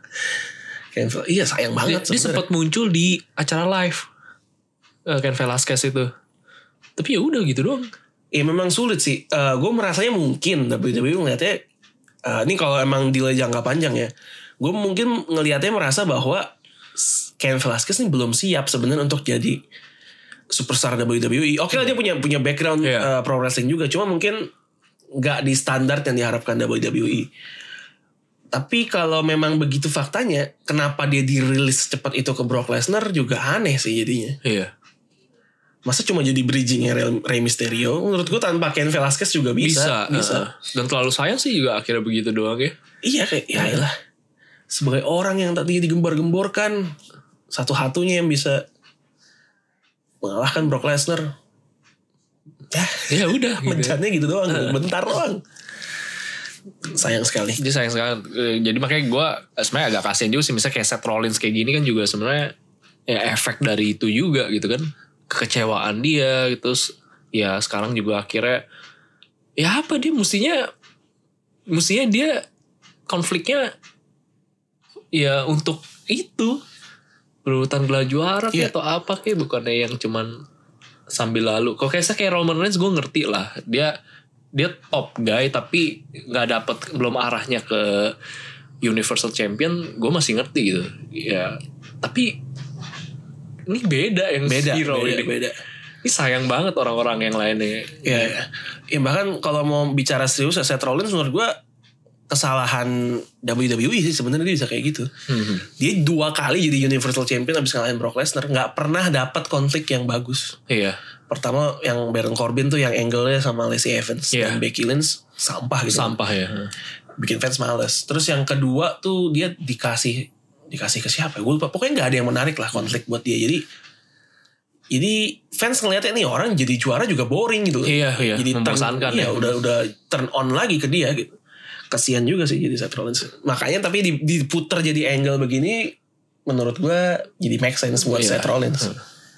A: Iya sayang banget.
B: Dia sempat muncul di acara live Cain Velasquez itu. Tapi ya udah gitu doang.
A: Ya memang sulit sih. Gue merasanya mungkin WWE ngeliatnya ini kalau emang delay jangka panjang ya. Gue mungkin ngelihatnya merasa bahwa Cain Velasquez ini belum siap sebenarnya untuk jadi superstar WWE. Oke lah dia punya background pro wrestling juga. Cuma mungkin nggak di standar yang diharapkan WWE. Tapi kalau memang begitu faktanya, kenapa dia dirilis secepat itu ke Brock Lesnar juga aneh sih jadinya.
B: Iya.
A: Masa cuma jadi bridgingnya Rey Mysterio? Menurut gue tanpa Cain Velasquez juga bisa.
B: Dan terlalu sayang sih juga akhirnya begitu doang ya.
A: Iya kayak yaelah. Sebagai orang yang tadinya digembar-gemborkan, satu-satunya yang bisa mengalahkan Brock Lesnar.
B: Ya udah.
A: Mencannya gitu doang. Bentar doang. Sayang sekali.
B: Jadi sayang sekali. Jadi makanya gue sebenarnya agak kasian juga sih. Misalnya kayak Seth Rollins kayak gini kan juga sebenarnya ya efek dari itu juga gitu kan. Kekecewaan dia gitu. Ya sekarang juga akhirnya ya apa dia mestinya dia konfliknya ya untuk itu berebutan gelar juara atau apa kayak bukannya yang cuman sambil lalu. Kalau kayak Roman Reigns gue ngerti lah. Dia top guy tapi nggak dapet belum arahnya ke Universal Champion, gue masih ngerti gitu ya. Tapi ini beda yang hero ini.
A: Beda.
B: Ini sayang banget orang-orang yang lainnya.
A: Ya bahkan kalau mau bicara serius Seth Rollins menurut gue kesalahan WWE sih sebenarnya dia bisa kayak gitu. Dia 2 kali jadi Universal Champion abis ngalahin Brock Lesnar, nggak pernah dapat konflik yang bagus.
B: Iya.
A: Pertama yang Baron Corbin tuh yang angle-nya sama Lacey Evans dan Becky Lynch sampah gitu.
B: Sampah ya.
A: Bikin fans males. Terus yang kedua tuh dia dikasih ke siapa? Gue lupa. Pokoknya nggak ada yang menarik lah konflik buat dia. Jadi fans ngeliatnya nih orang jadi juara juga boring gitu.
B: Iya.
A: Jadi
B: membosankan.
A: Iya udah turn on lagi ke dia gitu. Kasian juga sih jadi Seth Rollins. Makanya tapi diputer jadi angle begini menurut gue jadi make sense buat Seth Rollins.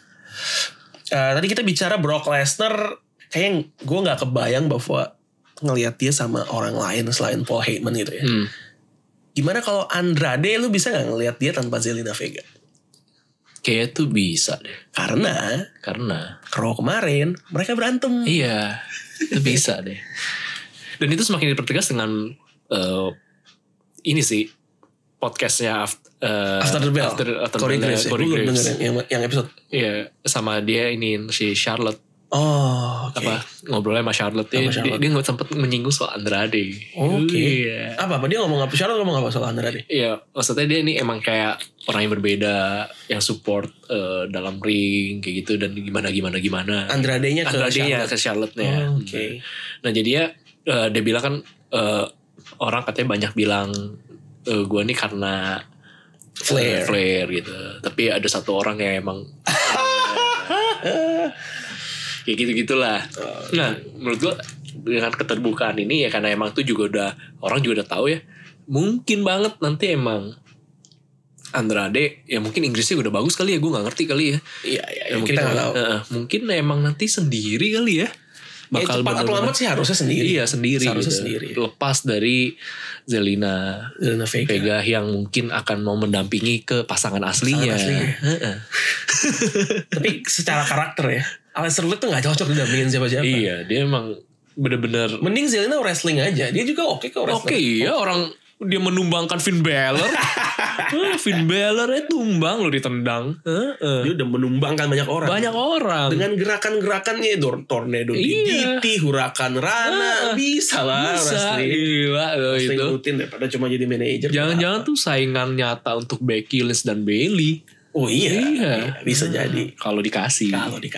A: Tadi kita bicara Brock Lesnar, kayaknya gue nggak kebayang bahwa ngelihat dia sama orang lain selain Paul Heyman gitu ya. Gimana kalau Andrade, lu bisa nggak ngelihat dia tanpa Zelina Vega?
B: Kayaknya tuh bisa deh.
A: Karena Raw kemarin mereka berantem.
B: Iya, itu bisa deh. Dan itu semakin dipertegas dengan ini sih podcastnya
A: After the Bell, Corey Graves yang episode.
B: Iya, sama dia ini si Charlotte.
A: Oh, oke.
B: Apa ngobrolnya sama Charlotte, dia nggak sempat menyinggung soal Andrade.
A: Oke. Iya. Apa dia ngomong apa? Charlotte ngomong apa soal Andrade?
B: Iya, maksudnya dia ini emang kayak orang yang berbeda, yang support dalam ring kayak gitu dan gimana.
A: Andrade-nya
B: ke Charlotte-nya.
A: Oke.
B: Nah jadi dia bilang kan orang katanya banyak bilang gue nih karena Flair gitu. Tapi ada satu orang yang emang kayak gitu-gitulah. Nah menurut gue dengan keterbukaan ini ya karena emang tuh juga orang juga udah tahu ya. Mungkin banget nanti emang Andrade ya mungkin Inggrisnya udah bagus kali ya, gue nggak ngerti kali ya.
A: Iya kita nggak tahu.
B: Mungkin emang nanti sendiri kali ya.
A: Bakal cepat atau lambat sih harusnya sendiri.
B: Iya sendiri.
A: Harusnya
B: gitu.
A: sendiri.
B: Lepas dari Zelina Vega yang mungkin akan mau mendampingi ke pasangan aslinya.
A: Tapi secara karakter ya, Aleister Black tuh nggak cocok didampingin siapa-siapa.
B: Iya, dia emang bener-bener.
A: Mending Zelina wrestling aja. Dia juga oke kok wrestling.
B: Oke, iya orang dia menumbangkan Finn Balor. Finn Balor tumbang loh ditendang.
A: Dia udah menumbangkan banyak orang. Dengan gerakan-gerakannya tornado DDT, hurakan Rana, bisa lah wrestling rutin daripada cuma jadi manajer.
B: Jangan-jangan tuh saingan nyata untuk Becky Lynch dan Bayley.
A: Oh iya. Bisa jadi.
B: Kalau dikasih.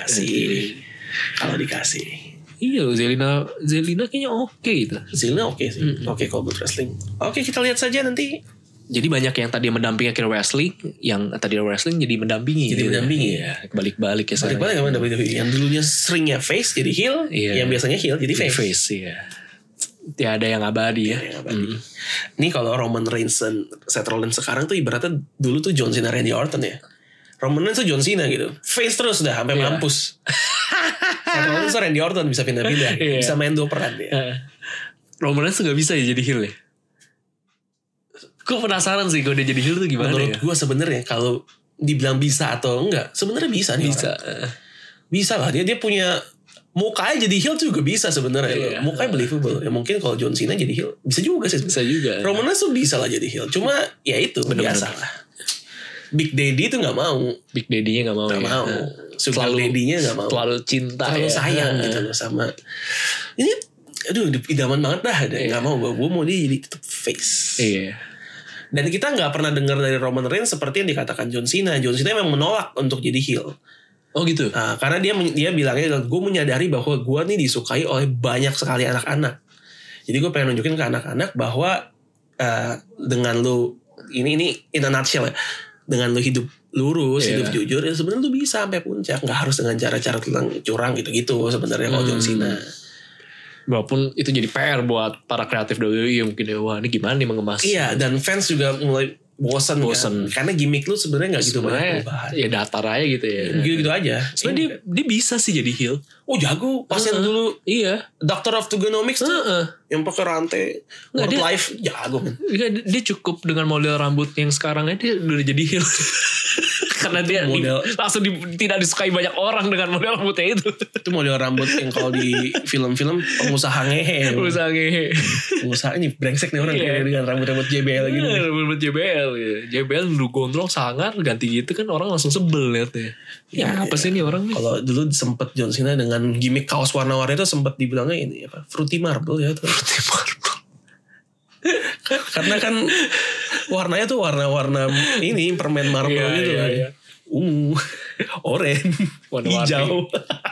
B: Iya, Zelina kayaknya oke itu.
A: Zelina oke sih. Oke kalau buat wrestling. Oke, kita lihat saja nanti.
B: Jadi banyak yang tadi mendampingi akhirnya wrestling, yang tadi wrestling jadi mendampingi.
A: Ya.
B: Balik-balik ya sekarang.
A: Balik-balik sama WWE. Yang dulunya seringnya face jadi heel, yang biasanya heel jadi face.
B: Iya. Tidak ada yang abadi ya.
A: Ini kalau Roman Reigns dan Seth Rollins sekarang tuh ibaratnya dulu tuh John Cena Randy Orton ya. Roman Reigns tuh John Cena gitu. Face terus dah sampai mampus. Seth Rollins tuh Randy Orton bisa pindah-pindah. Bisa main 2 peran dia.
B: Roman Reigns gak bisa ya jadi heel ya? Gue penasaran sih kalau dia jadi heel tuh gimana.
A: Menurut gue sebenarnya kalau dibilang bisa atau enggak, sebenarnya bisa. Bisa lah, dia punya mukanya jadi heel juga bisa sebenarnya. Mukanya believable. Ya mungkin kalau John Cena jadi heel bisa juga sih.
B: Bisa juga.
A: Roman Reigns tuh bisa lah jadi heel. Cuma ya itu biasa lah. Big Daddy tuh nggak mau.
B: Big Daddy-nya nggak mau.
A: Nggak mau. Sugar Daddy-nya nggak mau.
B: Terlalu cinta.
A: Terlalu sayang gitu loh sama. Ini, aduh, idaman banget dah. Nggak mau gue mau dia jadi tetap face.
B: Iya.
A: Dan kita nggak pernah dengar dari Roman Reigns seperti yang dikatakan John Cena. John Cena memang menolak untuk jadi heel.
B: Oh gitu.
A: Nah, karena dia bilangnya, gue menyadari bahwa gue nih disukai oleh banyak sekali anak-anak. Jadi gue pengen nunjukin ke anak-anak bahwa dengan lu ini in a nutshell ya. Dengan lu hidup lurus, hidup jujur, ya sebenarnya lu bisa sampai puncak. Nggak harus dengan cara-cara tentang curang gitu-gitu sebenarnya kalau John Cena.
B: Walaupun itu jadi PR buat para kreatif WWE mungkin ya, wah ini gimana nih mengemas.
A: Iya, dan fans juga mulai bosan. Kan? Karena gimmick lu sebenarnya nggak gitu banyak perubahan.
B: Ya datar aja gitu ya.
A: Gitu aja.
B: Sebenarnya dia bisa sih jadi heel.
A: Oh jago, pasien dulu.
B: Iya.
A: Doctor of Thugonomics tuh yang pakai rantai. World Life jago kan.
B: Dia cukup dengan model rambut yang sekarang dia udah jadi heel. Karena dia langsung tidak disukai banyak orang dengan model rambutnya itu. Itu
A: model rambut yang kalau di film-film pengusaha ngehe. Pengusaha ini brengsek nih orang kayak dengan rambut-rambut JBL gitu.
B: Rambut JBL. JBL dulu gondrong sangar ganti gitu kan orang langsung sebel liatnya. Ya apa sih ini orang nih?
A: Kalau dulu sempet John Cena dengan gimmick kaos warna-warni itu sempet dibilangnya ini apa? Fruity Marble ya.
B: Fruity Marble.
A: Karena kan warnanya tuh warna-warna ini permen marble gitu kan. Iya. Oranye, hijau.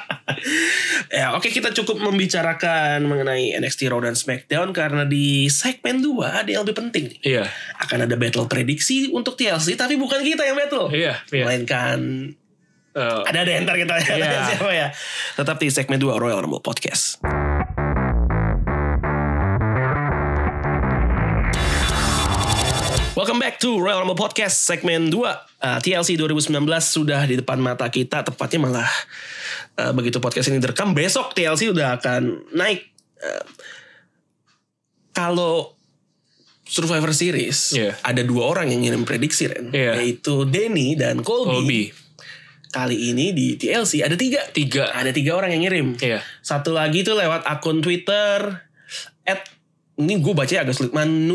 A: Ya oke, kita cukup membicarakan mengenai NXT Raw dan SmackDown karena di segmen 2 ada yang lebih penting.
B: Iya.
A: Akan ada battle prediksi untuk TLC, tapi bukan kita yang battle.
B: Iya.
A: Melainkan ada ntar kita siapa ya. Tetap di segmen 2 Royal Rumble Podcast. Welcome back to Royal Rumble Podcast segmen 2. TLC 2019 sudah di depan mata kita. Tepatnya malah begitu podcast ini direkam, besok TLC udah akan naik. Kalau Survivor Series ada 2 orang yang ngirim prediksi Ren, yaitu Denny dan Colby. Kali ini di TLC ada 3. Ada 3 orang yang ngirim. Satu lagi tuh lewat akun Twitter ini gue bacanya agak sulit,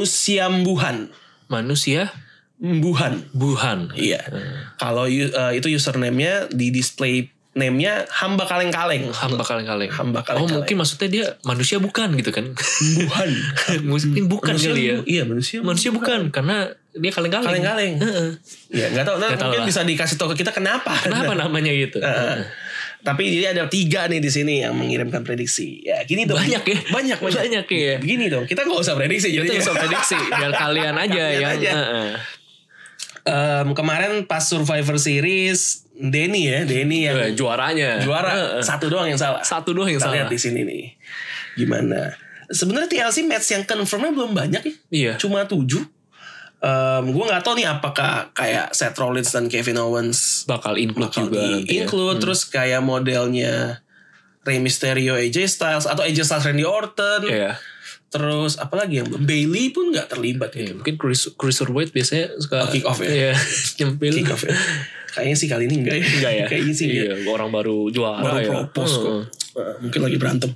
A: Manusia Buhan. Iya. Kalau itu username-nya di display name-nya Hamba Kaleng-Kaleng. Oh mungkin maksudnya dia manusia bukan gitu kan? Buhan. Mungkin bukan kali ya.
B: Iya manusia bukan karena dia kaleng-kaleng.
A: Iya nggak tahu. Mungkin bisa dikasih tahu ke kita kenapa
B: namanya gitu.
A: Tapi jadi ada 3 nih di sini yang mengirimkan prediksi. Ya gini dong.
B: Banyak ya.
A: Begini dong. Kita nggak usah prediksi.
B: Kita nggak usah prediksi. Biar kalian aja yang.
A: Kemarin pas Survivor Series Denny yang
B: juaranya.
A: Satu doang yang salah. Kita lihat di sini nih. Gimana? Sebenarnya TLC match yang confirmnya belum banyak ya.
B: Iya.
A: Cuma 7. Gue nggak tahu nih apakah kayak Seth Rollins dan Kevin Owens
B: bakal include juga.
A: Terus kayak modelnya Rey Mysterio, AJ Styles atau AJ Styles Randy Orton. Terus apalagi yang Bailey pun nggak terlibat gitu.
B: Mungkin Cruiserweight biasanya suka
A: kick off ya.
B: Nyempil.
A: Kick off ya. Kayaknya sih kali ini enggak ya. Kayaknya sih
B: enggak. Orang baru juara
A: baru propose kok. Mungkin lagi berantem.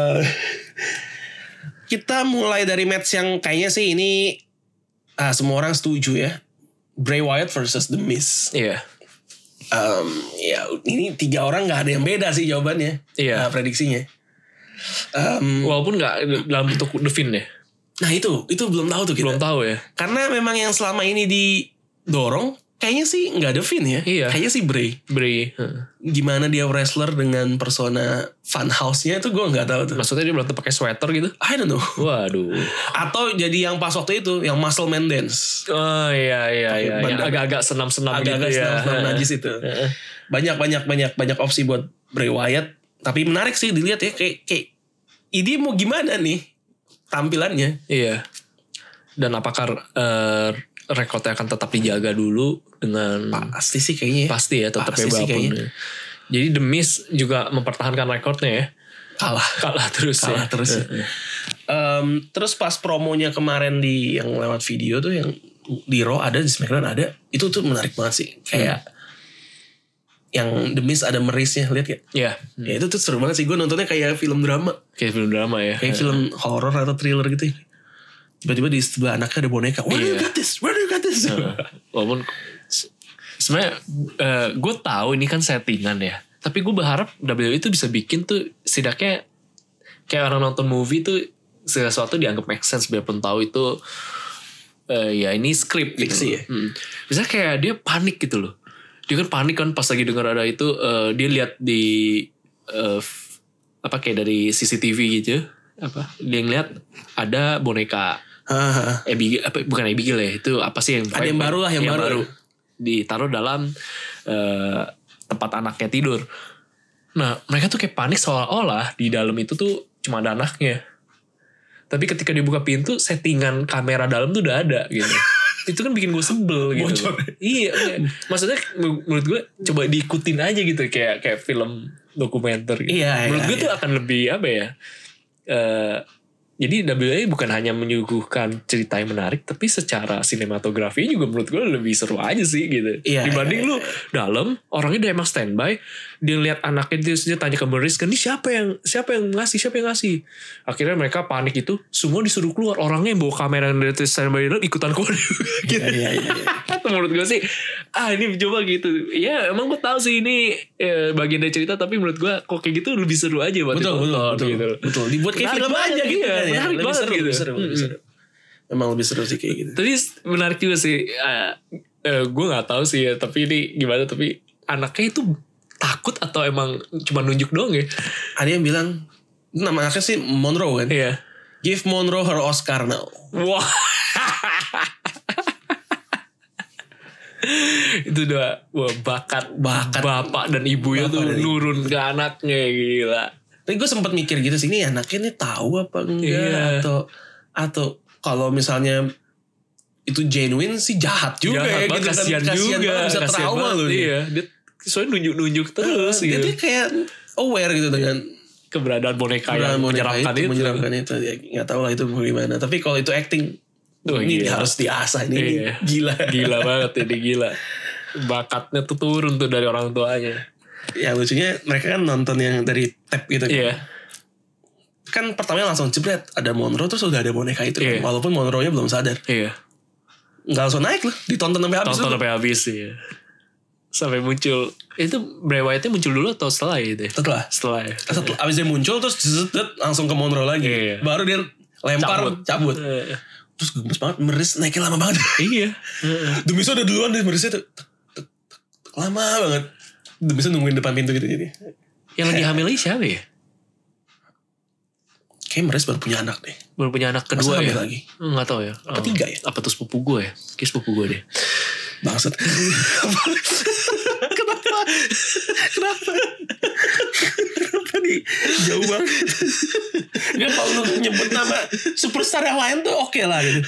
A: Kita mulai dari match yang kayaknya sih ini semua orang setuju ya. Bray Wyatt versus The Miz.
B: Iya.
A: Ya ini 3 orang nggak ada yang beda sih jawabannya. Prediksinya.
B: Walaupun nggak dalam bentuk The Finn ya.
A: Nah itu belum tahu tuh kita.
B: Belum tahu ya.
A: Karena memang yang selama ini didorong kayaknya sih nggak ada Finn ya. Kayaknya sih Bray. Gimana dia wrestler dengan persona funhouse-nya itu gue nggak tahu tuh.
B: Maksudnya dia berantem pakai sweater gitu?
A: I don't know.
B: Waduh.
A: Atau jadi yang pas waktu itu yang muscle man dance.
B: Oh iya. Yang agak-agak senam-senam gitu ya.
A: Agak-agak senam-senam najis itu. Banyak opsi buat Bray Wyatt. Tapi menarik sih dilihat ya kayak ini mau gimana nih tampilannya.
B: Iya. Dan apakah rekodnya akan tetap dijaga dulu dengan
A: pasti sih kayaknya.
B: Pasti ya tetap ya walaupun. Jadi The Miz juga mempertahankan rekodnya ya.
A: Kalah terus ya. Terus pas promonya kemarin di yang lewat video tuh yang di Raw ada, di SmackDown ada, itu tuh menarik banget sih. Kayak yang The Miz ada merisnya, lihat gak?
B: Iya.
A: Ya itu tuh seru banget sih. Gue nontonnya kayak film drama.
B: Kayak film drama ya.
A: Kayak film horror atau thriller gitu. Tiba-tiba di sebelah anaknya ada boneka. Where do you got this? Where do you got this?
B: Walaupun sebenarnya gue tahu ini kan settingan ya. Tapi gue berharap WWE itu bisa bikin tuh setidaknya kayak orang nonton movie tuh segala sesuatu dianggap make sense biarpun tahu itu ya ini skrip
A: fiksi ya.
B: Misalnya kayak dia panik gitu loh. Dia kan panik kan pas lagi dengar ada itu dia lihat di apa kayak dari CCTV gitu apa dia ngeliat ada boneka Abigail, bukan Abigail ya, itu apa sih yang
A: ada yang baru lah, yang baru
B: ditaruh dalam tempat anaknya tidur. Nah mereka tuh kayak panik seolah-olah di dalam itu tuh cuma ada anaknya, tapi ketika dibuka pintu settingan kamera dalam tuh udah ada gitu. Itu kan bikin gue sebel gitu.
A: Bocor.
B: Iya, maksudnya menurut gue coba diikutin aja gitu kayak film dokumenter gitu.
A: Iya,
B: menurut gue
A: iya.
B: tuh akan lebih apa ya? Jadi WWE bukan hanya menyuguhkan cerita yang menarik, tapi secara sinematografi juga menurut gue lebih seru aja sih gitu.
A: Iya,
B: dibanding
A: iya,
B: lu dalam orangnya udah emang standby, dia lihat anaknya dia tanya ke Maryse kan, ini siapa yang ngasih. Akhirnya mereka panik itu, semua disuruh keluar, orangnya yang bawa kamera yang dari standby dalam ikutan keluar gitu.
A: Iya.
B: Menurut gue sih ini coba gitu ya, emang gue tahu sih ini bagian dari cerita, tapi menurut gue kok kayak gitu lebih seru aja buat
A: betul dibuat kayak film aja gitu kan ya.
B: Menarik banget
A: seru,
B: gitu.
A: lebih seru. Memang lebih seru sih kayak gitu.
B: Tapi menarik juga sih. Gue nggak tahu sih ya, tapi ini gimana, tapi anaknya itu takut atau emang cuma nunjuk doang ya?
A: Ada yang bilang nama anaknya sih Monroe kan.
B: Iya.
A: Give Monroe her Oscar now.
B: Wah. Itu udah bakat bapak dan ibunya tuh nurun ke anaknya, gila.
A: Tapi gue sempat mikir gitu sih, ini anaknya ini tahu apa enggak, atau kalau misalnya itu genuine sih jahat juga ya gitu,
B: kasihan juga,
A: bisa trauma loh.
B: Iya, dia soalnya nunjuk terus gitu.
A: Dia kayak aware gitu dengan
B: keberadaan boneka yang menyeramkan
A: itu. Ya, nggak tahu lah itu bagaimana. Tapi kalau itu acting, ini harus diasah, ini gila banget ini gila. Bakatnya tuh turun tuh dari orang tuanya. Ya lucunya mereka kan nonton yang dari tab gitu kan. Iya. Kan pertamanya langsung jebret ada Monroe, terus udah ada boneka itu kan. Walaupun Monroe-nya belum sadar. Iya. Nggak langsung naik loh, ditonton sampai habis. Tonton sampai habis ya. Sampai muncul. Itu Bray Wyatt-nya muncul dulu atau setelah itu? Setelah ya. Setelah abis dia muncul terus langsung ke Monroe lagi. Iya. Baru dia lempar cabut. Terus gemes banget, Maryse naiknya lama banget. Iya. Demi udah duluan deh, Maryse tuh lama banget. Bisa nungguin depan pintu gitu jadi. Yang lagi hamil ini siapa ya? Kayak Maryse baru punya anak deh. Baru punya anak kedua ya? Lagi? Nggak tahu ya. Apa 3 ya? Apa tuh sepupu gue ya? Kayak sepupu gue deh. Bangsat. Kenapa nih? Jauh banget. Gak kalau lu nyebut nama superstar yang lain tuh oke lah gitu.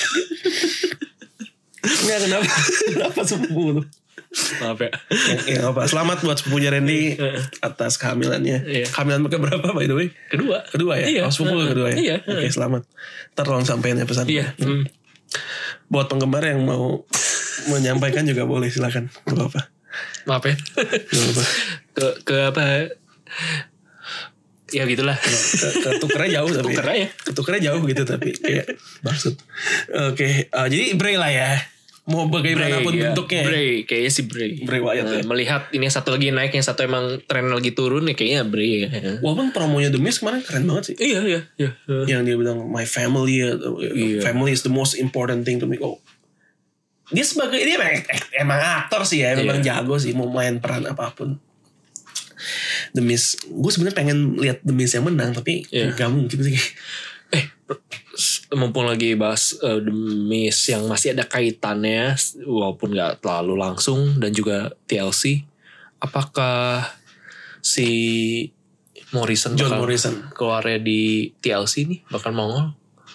A: Nggak, kenapa sepupu tuh? Maaf ya. Ya apa. Selamat buat sepupunya Randy atas kehamilannya. Iya. Kehamilan keberapa by the way? Kedua ya? Iya. Oh, sepupu kedua ya? Iya. Oke, selamat. Ntar tolong sampein ya pesan. Iya. Buat penggemar yang mau menyampaikan juga boleh, silakan. Gak apa-apa. Maaf ya. Ke apa? Ya gitulah. Ketukernya jauh tapi. Ketukernya jauh gitu tapi. Iya. Maksud. Oke. Jadi Bray lah ya. Mau bagaimanapun bentuknya. Bray. Kayaknya si Bray. Bray Wyatt ya. Melihat ini satu lagi naik, yang satu emang tren lagi turun ya, kayaknya Bray ya. Walaupun promonya The Miz kemarin keren banget sih. Iya. Yang dia bilang my family, family is the most important thing to me. Oh. Dia emang aktor sih ya. Memang jago sih mau main peran apapun. The Miz. Gue sebenarnya pengen lihat The Miz yang menang, tapi gak mungkin sih. Mumpung lagi bahas The Miz yang masih ada kaitannya walaupun gak terlalu langsung, dan juga TLC, apakah si John Morrison keluarnya di TLC nih bakal mongol?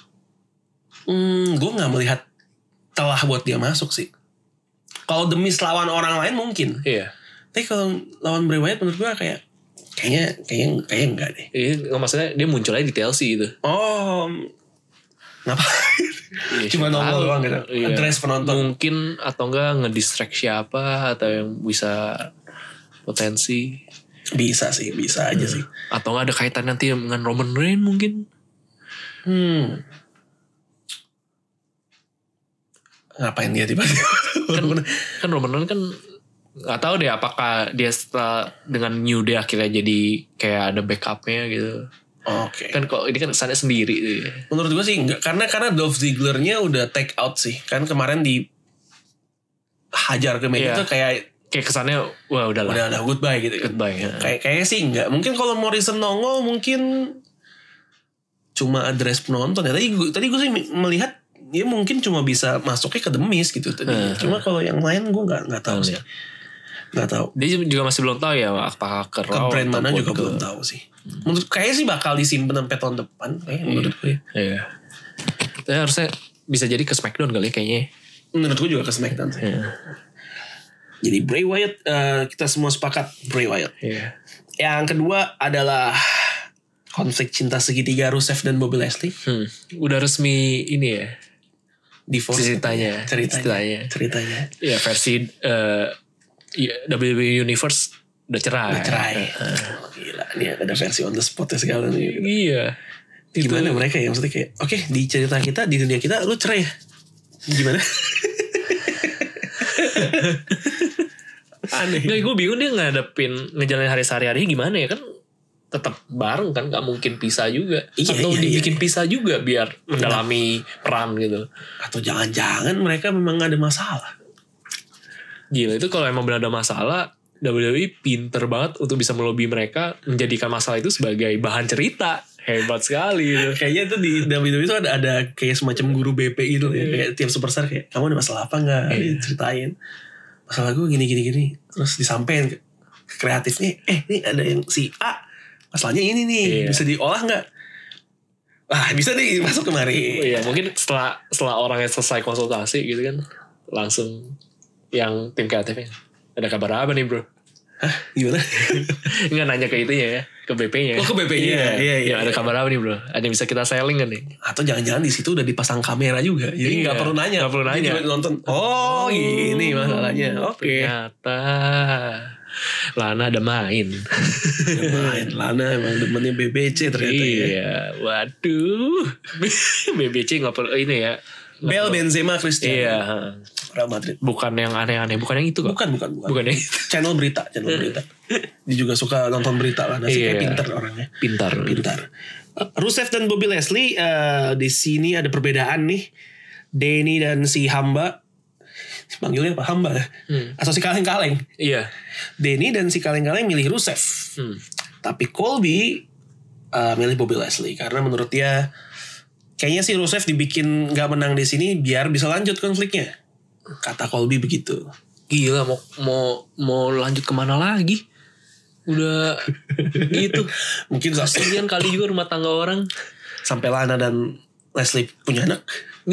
A: Gue gak melihat telah buat dia masuk sih. Kalau The Miz lawan orang lain mungkin. Iya. Tapi kalau lawan Bray Wyatt menurut gue kayaknya enggak deh. Iya, maksudnya dia muncul aja di TLC gitu. Oh, ngapain? Cuma nongol doang gitu. Address penonton.
B: Mungkin atau enggak ngedistract siapa atau yang bisa potensi.
A: Bisa sih, bisa aja sih.
B: Atau enggak ada kaitan nanti dengan Roman Reigns mungkin.
A: Ngapain dia tiba-tiba?
B: Kan Roman Reigns kan nggak tahu deh apakah dia setelah dengan New Day akhirnya jadi kayak ada backupnya gitu.
A: Oke.
B: Kan kok ini kan kesannya sendiri.
A: Menurut gue sih enggak, karena Dolph Ziggler-nya udah take out sih. Kan kemarin dihajar ke media tuh kayak
B: kesannya wah udahlah.
A: Udah goodbye gitu.
B: Goodbye.
A: Kayaknya sih enggak. Mungkin kalau Morrison nongol mungkin cuma address penonton ya. Tadi gue sih melihat dia mungkin cuma bisa masuknya ke The Miz gitu tadi. Cuma kalau yang lain gue nggak tahu sih. Nggak tahu. Dia
B: juga masih belum tahu ya apakah ke Raw
A: ke brand mana juga belum tahu sih. Menurut kayaknya sih bakal disimpan sampai tahun depan menurut gue.
B: Iya. Tapi harusnya bisa jadi ke SmackDown kali kayaknya.
A: Menurut gue juga ke SmackDown sih. Jadi Bray Wyatt, kita semua sepakat Bray Wyatt. Yang kedua adalah konflik cinta segitiga Rusev dan Bobby Lashley.
B: Udah resmi ini ya.
A: Divorce
B: ceritanya. Ya versi WWE Universe udah cerai.
A: Gila, ini ada versi on the spot segala nih.
B: Iya.
A: Gimana mereka ya, maksudnya kayak oke, di cerita kita, di dunia kita lu cerai ya? Gimana? Aneh.
B: Nggak, gue bingung dia ngejalanin hari-hari gimana ya, kan tetap bareng kan, nggak mungkin pisah juga. Atau dibikin pisah juga biar mendalami peran gitu.
A: Atau jangan-jangan mereka memang ada masalah.
B: Gila, itu kalau emang benar ada masalah, WWE pinter banget untuk bisa melobi mereka menjadikan masalah itu sebagai bahan cerita. Hebat sekali gitu.
A: Kayaknya tuh di WWE itu ada kayak semacam guru BP gitu ya. Kayak tiap superstar kayak, kamu ada masalah apa gak? Ceritain. Masalah gue gini. Terus disampein ke kreatifnya, ini ada yang si A, masalahnya ini nih, bisa diolah gak? Wah, bisa nih masuk kemari.
B: Mungkin setelah orangnya selesai konsultasi gitu kan, langsung yang tim kreatifnya, ada kabar apa nih bro?
A: Hah? Gimana?
B: Nggak nanya ke itunya ya, ke BP-nya.
A: Oh, ke BP-nya. Iya.
B: Ada kabar apa nih bro? Ada yang bisa kita selling kan nih?
A: Atau jangan-jangan di situ udah dipasang kamera juga. Jadi nggak perlu nanya. Jadi nonton. Oh, ini masalahnya. Oke.
B: Ternyata Lana ada main.
A: Lana emang demennya BBC ternyata ya.
B: Iya. Waduh. BBC nggak perlu ini ya.
A: Bel, Benzema, Cristiano.
B: Iya.
A: Real Madrid.
B: Bukan yang aneh-aneh, bukan yang itu kan? Bukan yang itu.
A: Channel berita. Dia juga suka nonton berita lah. Nasi kayak pintar orangnya.
B: Pintar.
A: Rusev dan Bobby Lashley di sini ada perbedaan nih. Danny dan si Hamba, panggilnya apa? Hamba atau si Kaleng-Kaleng?
B: Iya.
A: Danny dan si Kaleng-Kaleng milih Rusev. Tapi Colby milih Bobby Lashley karena menurut dia kayaknya si Rusev dibikin gak menang di sini biar bisa lanjut konfliknya. Kata Colby begitu.
B: Gila, mau lanjut kemana lagi? Udah gitu.
A: Mungkin
B: kasihan kali juga rumah tangga orang.
A: Sampai Lana dan Leslie punya anak.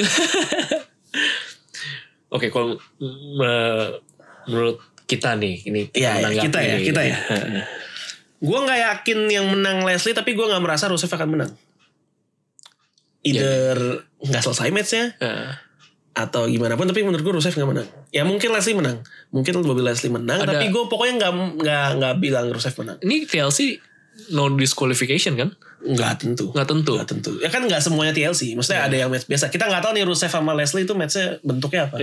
B: Oke, kalau menurut kita nih, ini
A: kita ya. Gue nggak yakin yang menang Leslie, tapi gue nggak merasa Rusev akan menang. Either nggak selesai matchnya. Atau gimana pun, tapi menurut gue Rusev gak menang. Ya mungkin Leslie menang, mungkin Bobby Lashley menang, tapi gue pokoknya nggak bilang Rusev menang.
B: Ini TLC no disqualification kan?
A: Nggak tentu. Ya kan nggak semuanya TLC, maksudnya ada yang match biasa. Kita nggak tahu nih Rusev sama Leslie itu matchnya bentuknya apa.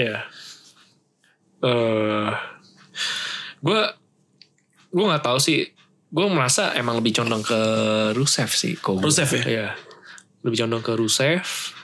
B: Gue nggak tahu sih. Gue merasa emang lebih condong ke Rusev sih.
A: Rusev ya?
B: Iya. Lebih condong ke Rusev.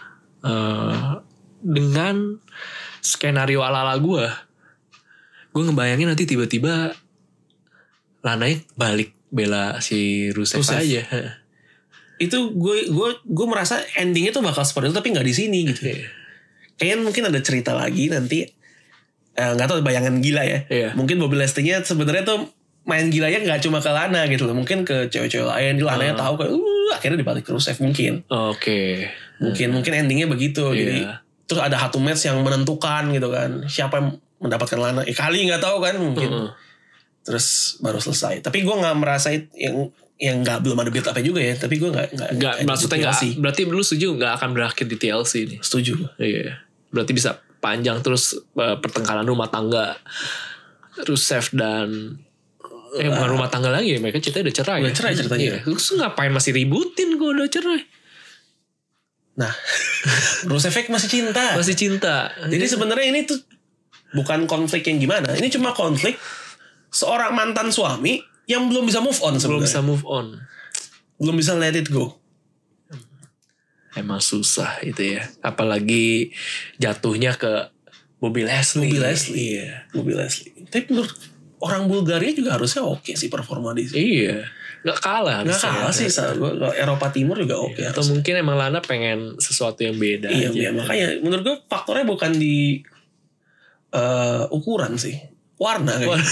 B: Dengan skenario ala-ala gue ngebayangin nanti tiba-tiba Lana balik bela si Rusev aja.
A: Itu gue merasa endingnya tuh bakal seperti itu, tapi nggak di sini gitu. Kayaknya mungkin ada cerita lagi nanti. Nggak tahu, bayangan gila ya. Mungkin Bobby Lashley-nya sebenarnya tuh main gilanya nggak cuma ke Lana gitu loh. Mungkin ke cewek-cewek lain. Lana-nya tahu kayak akhirnya dibalik ke Rusev mungkin. Mungkin endingnya begitu. Jadi terus ada satu match yang menentukan gitu kan, siapa yang mendapatkan Lana. Kali nggak tahu kan mungkin. Terus baru selesai. Tapi gue nggak merasa yang belum ada build up juga ya, tapi gue nggak
B: maksudnya nggak, berarti lu setuju nggak akan berakhir di TLC ini?
A: Setuju.
B: Iya, berarti bisa panjang terus pertengkaran rumah tangga, Rusev dan bukan rumah tangga lagi ya, mereka ceritanya udah cerai.
A: Udah cerai ceritanya.
B: Iya. Terus ngapain masih ributin gue udah cerai?
A: Nah, Rusev masih cinta.
B: Masih cinta.
A: Jadi sebenarnya ini tuh bukan konflik yang gimana, ini cuma konflik seorang mantan suami yang belum bisa move on sebenarnya.
B: Belum bisa move on.
A: Belum bisa let it go.
B: Emang susah itu ya. Apalagi jatuhnya ke Bobby Lashley.
A: Iya. Bobby Lashley. Tapi menurut orang Bulgaria juga harusnya oke sih performa di sini.
B: Iya. Gak kalah
A: sih. Eropa Timur juga oke.
B: Atau mungkin emang Lana pengen sesuatu yang beda.
A: Iya, aja. Makanya menurut gue faktornya bukan di ukuran sih. Warna kayaknya.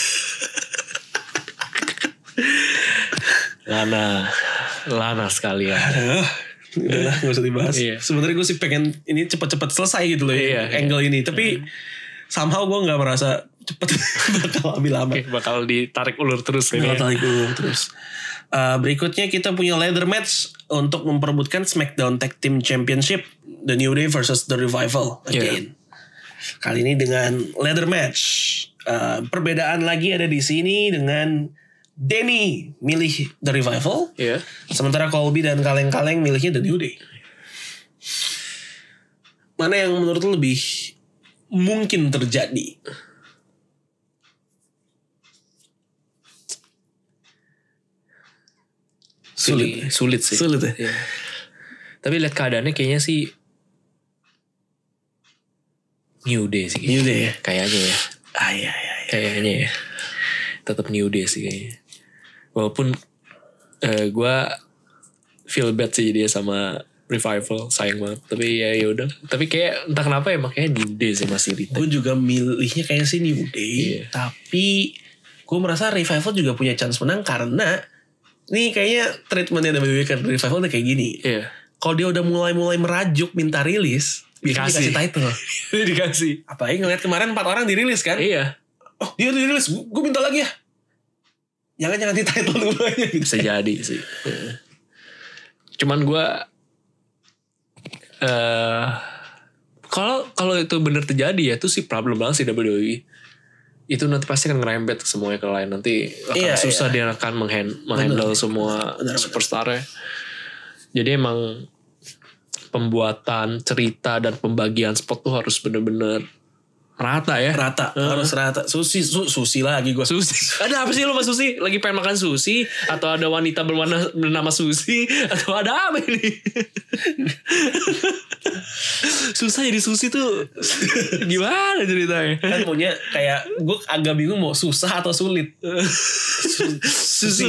B: Lana sekalian.
A: Udahlah gak usah dibahas.
B: Iya.
A: Sebenarnya gue sih pengen ini cepat-cepat selesai gitu loh angle ini. Tapi somehow gue gak merasa cepet bakal ambil lama.
B: Bakal ditarik ulur terus.
A: Berikutnya kita punya ladder match untuk memperebutkan SmackDown Tag Team Championship, The New Day versus The Revival again. Kali ini dengan ladder match. Perbedaan lagi ada di sini dengan Danny milih The Revival, sementara Colby dan kaleng-kaleng milihnya The New Day. Mana yang menurut lu lebih mungkin terjadi?
B: Sulit sih.
A: Sulit ya.
B: Yeah. Tapi lihat keadaannya kayaknya sih New Day sih.
A: New Day ya.
B: Kayaknya ya.
A: Iya.
B: Kayaknya ya. Tetap New Day sih kayaknya. Walaupun gue feel bad sih dia sama Revival, sayang banget. Tapi ya udah. Tapi kayak entah kenapa ya makanya New Day sih masih retake.
A: Gue juga milihnya kayaknya sih New Day. Tapi gue merasa Revival juga punya chance menang karena nih kayaknya treatmentnya WWE ke Revival udah kayak gini. Kalau dia udah mulai merajuk minta rilis, dikasih title.
B: Dikasih.
A: Apalagi ngeliat kemarin 4 orang dirilis kan?
B: Iya.
A: Oh dia dirilis, gue minta lagi ya. Jangan di title dulu aja gitu.
B: Bisa jadi sih. Cuman gue kalau itu bener terjadi ya itu sih problem banget sih WWE. Itu nanti pasti akan ngerembet semuanya ke lain. Nanti akan susah dia akan menghandle semua superstar-nya. Jadi emang pembuatan cerita dan pembagian spot tuh harus bener-bener rata ya.
A: Harus rata. Susi lagi gue.
B: Susi. Ada apa sih lu sama Susi? Lagi pengen makan sushi? Atau ada wanita bernama Susi? Atau ada apa ini? Susah jadi Susi tuh gimana ceritanya?
A: Kan punya kayak gue agak bingung mau susah atau sulit. Susi.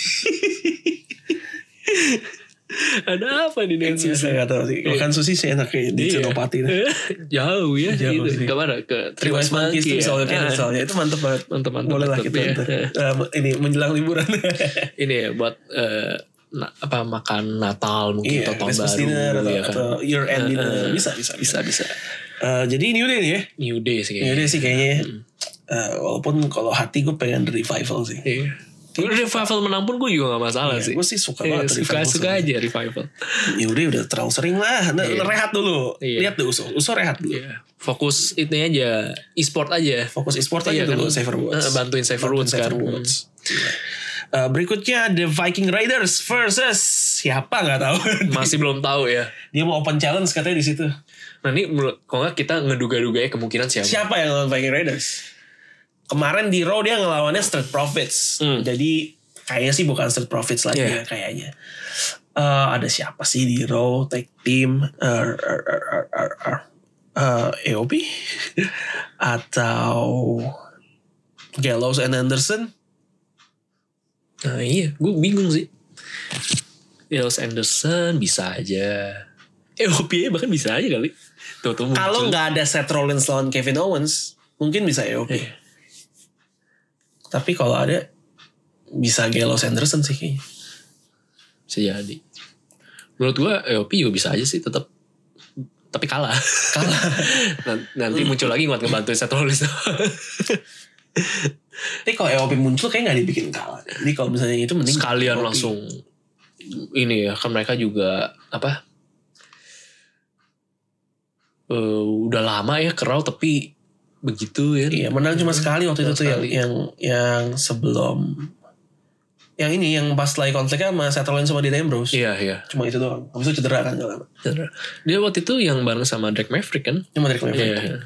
B: Ada apa nih dengan Susi?
A: Saya gak tahu sih. Makan sushi sih enak kayak di Senopati.
B: Jauh ya. Jauh gitu. Kemana? Ke
A: Three Wise Monkeys itu soalnya itu mantep banget.
B: Mantep.
A: Boleh lah kita ini menjelang liburan.
B: Ini ya buat makan Natal mungkin atau tahun baru
A: ya kan? Atau year end dinner. Bisa. Jadi New Day nih ya.
B: New Day sih
A: kayaknya. Walaupun kalau hati gue pengen Revival sih.
B: Revival menang pun gue juga gak masalah sih.
A: Gue sih suka banget
B: Suka aja Revival.
A: Udah terlalu sering lah. Rehat dulu. Lihat deh Uso rehat dulu.
B: Fokus itu aja e-sport aja.
A: Fokus e-sport aja dulu. Xavier Woods.
B: Bantuin Xavier Woods kan.
A: Berikutnya The Viking Raiders versus siapa gak tahu.
B: Masih belum tahu ya.
A: Dia mau open challenge katanya di situ.
B: Nah ini kalau gak kita ngeduga-duga ya kemungkinan siapa
A: yang lawan Viking Raiders. Kemarin di Raw dia ngelawannya Street Profits. Jadi kayaknya sih bukan Street Profits lagi ya kayaknya. Ada siapa sih di Raw Tag Team? AOP? Atau Gallows and Anderson?
B: Nah iya, gue bingung sih. Gallows Anderson bisa aja. AOP bahkan bisa aja kali.
A: Kalau nggak ada Seth Rollins lawan Kevin Owens, mungkin bisa AOP. Tapi kalau ada bisa Gallows Anderson sih kayaknya.
B: Bisa jadi. Menurut gue AOP juga bisa aja sih tetap. Tapi kalah. Nanti muncul lagi buat ngebantuin Seth Rollins.
A: Tapi kalau EOP muncul kayak nggak dibikin kalah. Jadi kalau misalnya itu mending
B: sekalian
A: EOP.
B: langsung ini ya kan mereka juga apa? Udah lama ya kerau tapi begitu ya.
A: Iya, menang cuma sekali waktu itu tuh yang sebelum yang ini yang pas lagi konfliknya sama Seth Rollins sama Dean Ambrose.
B: Iya.
A: Cuma itu doang. Habis itu cedera kan gak lama.
B: Dia waktu itu yang bareng sama Drake Maverick kan?
A: Cuma Drake Maverick.
B: Iya.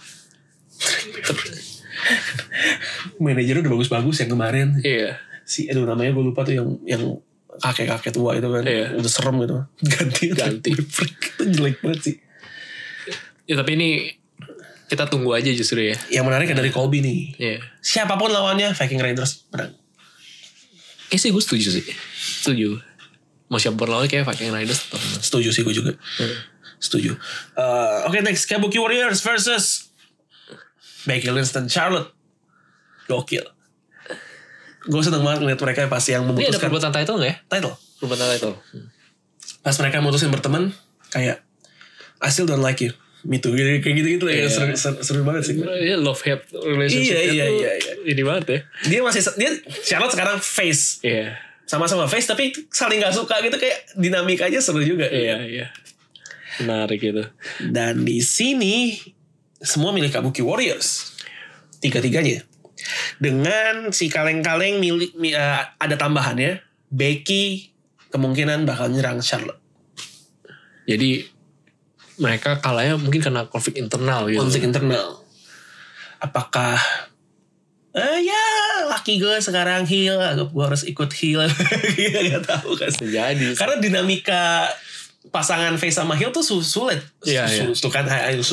A: Manajernya udah bagus-bagus yang kemarin.
B: Iya.
A: Aduh namanya gue lupa tuh yang kakek-kakek tua itu kan.
B: Iya.
A: Udah serem gitu. Ganti. Maverick itu jelek banget sih.
B: Ya tapi ini kita tunggu aja justru ya.
A: Yang menarik dari Colby nih.
B: Iya.
A: Siapapun lawannya Viking Raiders menang.
B: Kayaknya sih gue setuju sih. Setuju. Mau siapa berlawan kayak Viking Raiders tetap.
A: Setuju sih gue juga. Setuju. Oke, next Kabuki Warriors versus Becky Lynch dan Charlotte. Gokil. Gue seneng banget ngeliat mereka pas yang
B: Ini ada
A: memutuskan
B: perebutan title gak ya?
A: title.
B: Perebutan title.
A: Pas mereka memutuskan berteman kayak I still don't like you. Me too. Kayak gitu-gitu ya. Seru banget sih.
B: Iya, love hate relationship.
A: Iya.
B: Ini banget ya.
A: Dia Charlotte sekarang face.
B: Iya.
A: Sama-sama face tapi saling gak suka gitu kayak dinamikanya seru juga.
B: Iya. Menarik gitu.
A: Dan di sini semua milik Kabuki Warriors. Tiga-tiganya. Dengan si kaleng-kaleng ada tambahannya. Becky kemungkinan bakal nyerang Charlotte.
B: Jadi mereka kalahnya mungkin karena konflik internal gitu.
A: Konflik internal. Apakah ya laki gue sekarang heel, gue harus ikut heel. Gak tahu kan.
B: Jadi
A: Karena dinamika pasangan face sama heel tuh sulit.
B: Iya.
A: Kan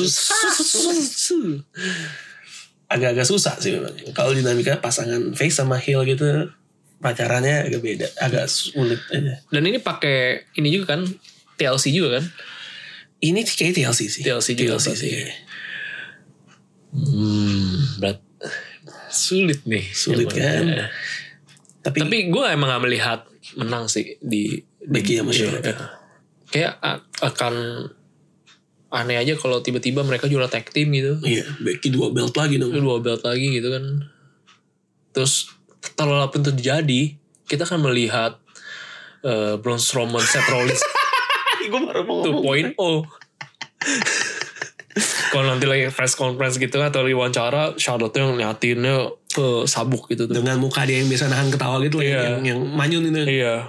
A: agak-agak susah sih memang. Kalau dinamika pasangan face sama heel gitu pacarannya agak beda, agak sulit aja.
B: Dan ini pakai ini juga kan TLC juga kan?
A: Ini kayak TLC sih.
B: TLC juga sih. Berat. Sulit nih.
A: Sulit kan.
B: Tapi gue emang gak melihat menang sih di
A: Becky sama Charlotte.
B: Kayak akan aneh aja kalau tiba-tiba mereka juara tag team gitu.
A: Iya, Becky 2 belt lagi dong.
B: 2 belt lagi gitu kan. Terus kalau apapun terjadi, kita akan melihat Braun Strowman, Seth Rollins
A: Gue baru mau ngomong
B: 2.0. Kalau nanti lagi press conference gitu atau diwawancara, Charlotte yang nyatinnya sabuk gitu tuh.
A: dengan muka dia yang biasa nahan ketawa gitu
B: Iya.
A: yang manyun itu.
B: Iya.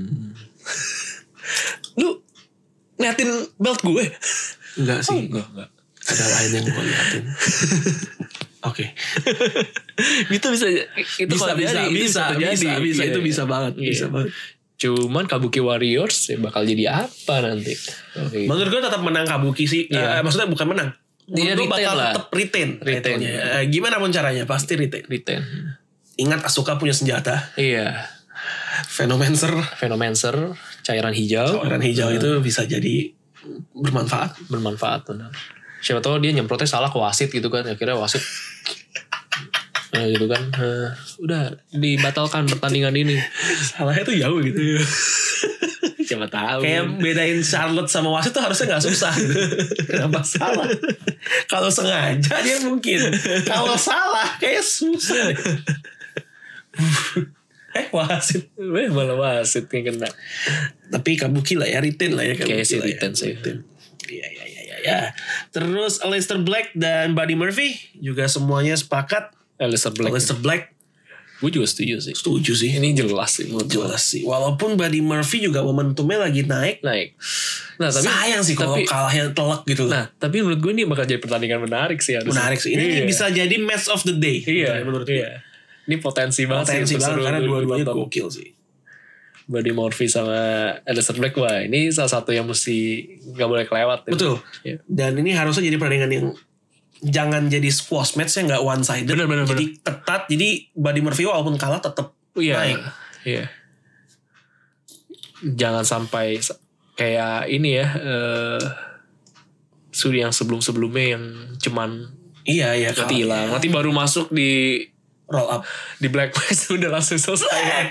B: Lu ngeliatin belt gue?
A: Enggak sih.
B: Enggak.
A: Ada lain yang gue liatin. Oke.
B: Itu bisa
A: Itu bisa banget. Bisa banget.
B: Cuman Kabuki Warriors ya bakal jadi apa nanti? Okay.
A: Menurut gue tetap menang Kabuki sih.
B: Iya.
A: Maksudnya bukan menang.
B: Dia
A: Menurut gue bakal
B: lah.
A: tetap retain. Gimana pun caranya pasti retain. Ingat Asuka punya senjata.
B: Iya.
A: Venomancer
B: cairan hijau.
A: Cairan hijau itu bisa jadi bermanfaat.
B: Benar. Siapa tahu dia nyemprotnya salah ke wasit gitu kan. Akhirnya wasit gitu kan. Udah dibatalkan pertandingan ini.
A: Salahnya tuh jauh gitu.
B: Siapa tahu.
A: Kayak bedain Charlotte sama wasit tuh harusnya gak susah gitu. Kenapa salah? Kalau sengaja dia mungkin. Kalau salah kayak susah deh. Wasit.
B: Malah wasit yang kena.
A: Tapi Kabuki lah ya, retain lah ya.
B: Kayak sih retain sih.
A: Iya. Terus Aleister Black dan Buddy Murphy juga semuanya sepakat.
B: Aleister Black. Gue juga setuju sih. Ini jelas sih.
A: Jelas sih. Walaupun Buddy Murphy juga momentumnya lagi naik. Nah, tapi sayang sih kalau kalahnya telak gitu.
B: Nah, tapi menurut gue ini bakal jadi pertandingan menarik sih.
A: Menarik sih. Ini bisa jadi match of the day.
B: Iya,
A: menurut gue.
B: Ini potensi banget
A: karena dua-duanya gokil sih.
B: Buddy Murphy sama Aleister Black, wah ini salah satu yang mesti gak boleh kelewat.
A: Betul. Ya. Dan ini harusnya jadi pertandingan yang jangan jadi squash match yang gak one sided.
B: Bener.
A: Jadi ketat. Jadi Buddy Murphy walaupun kalah tetap naik.
B: Iya. Jangan sampai kayak ini ya. Sudi yang sebelumnya yang cuman nanti hilang. Nanti baru masuk di
A: roll up
B: di Black Match udah langsung selesai.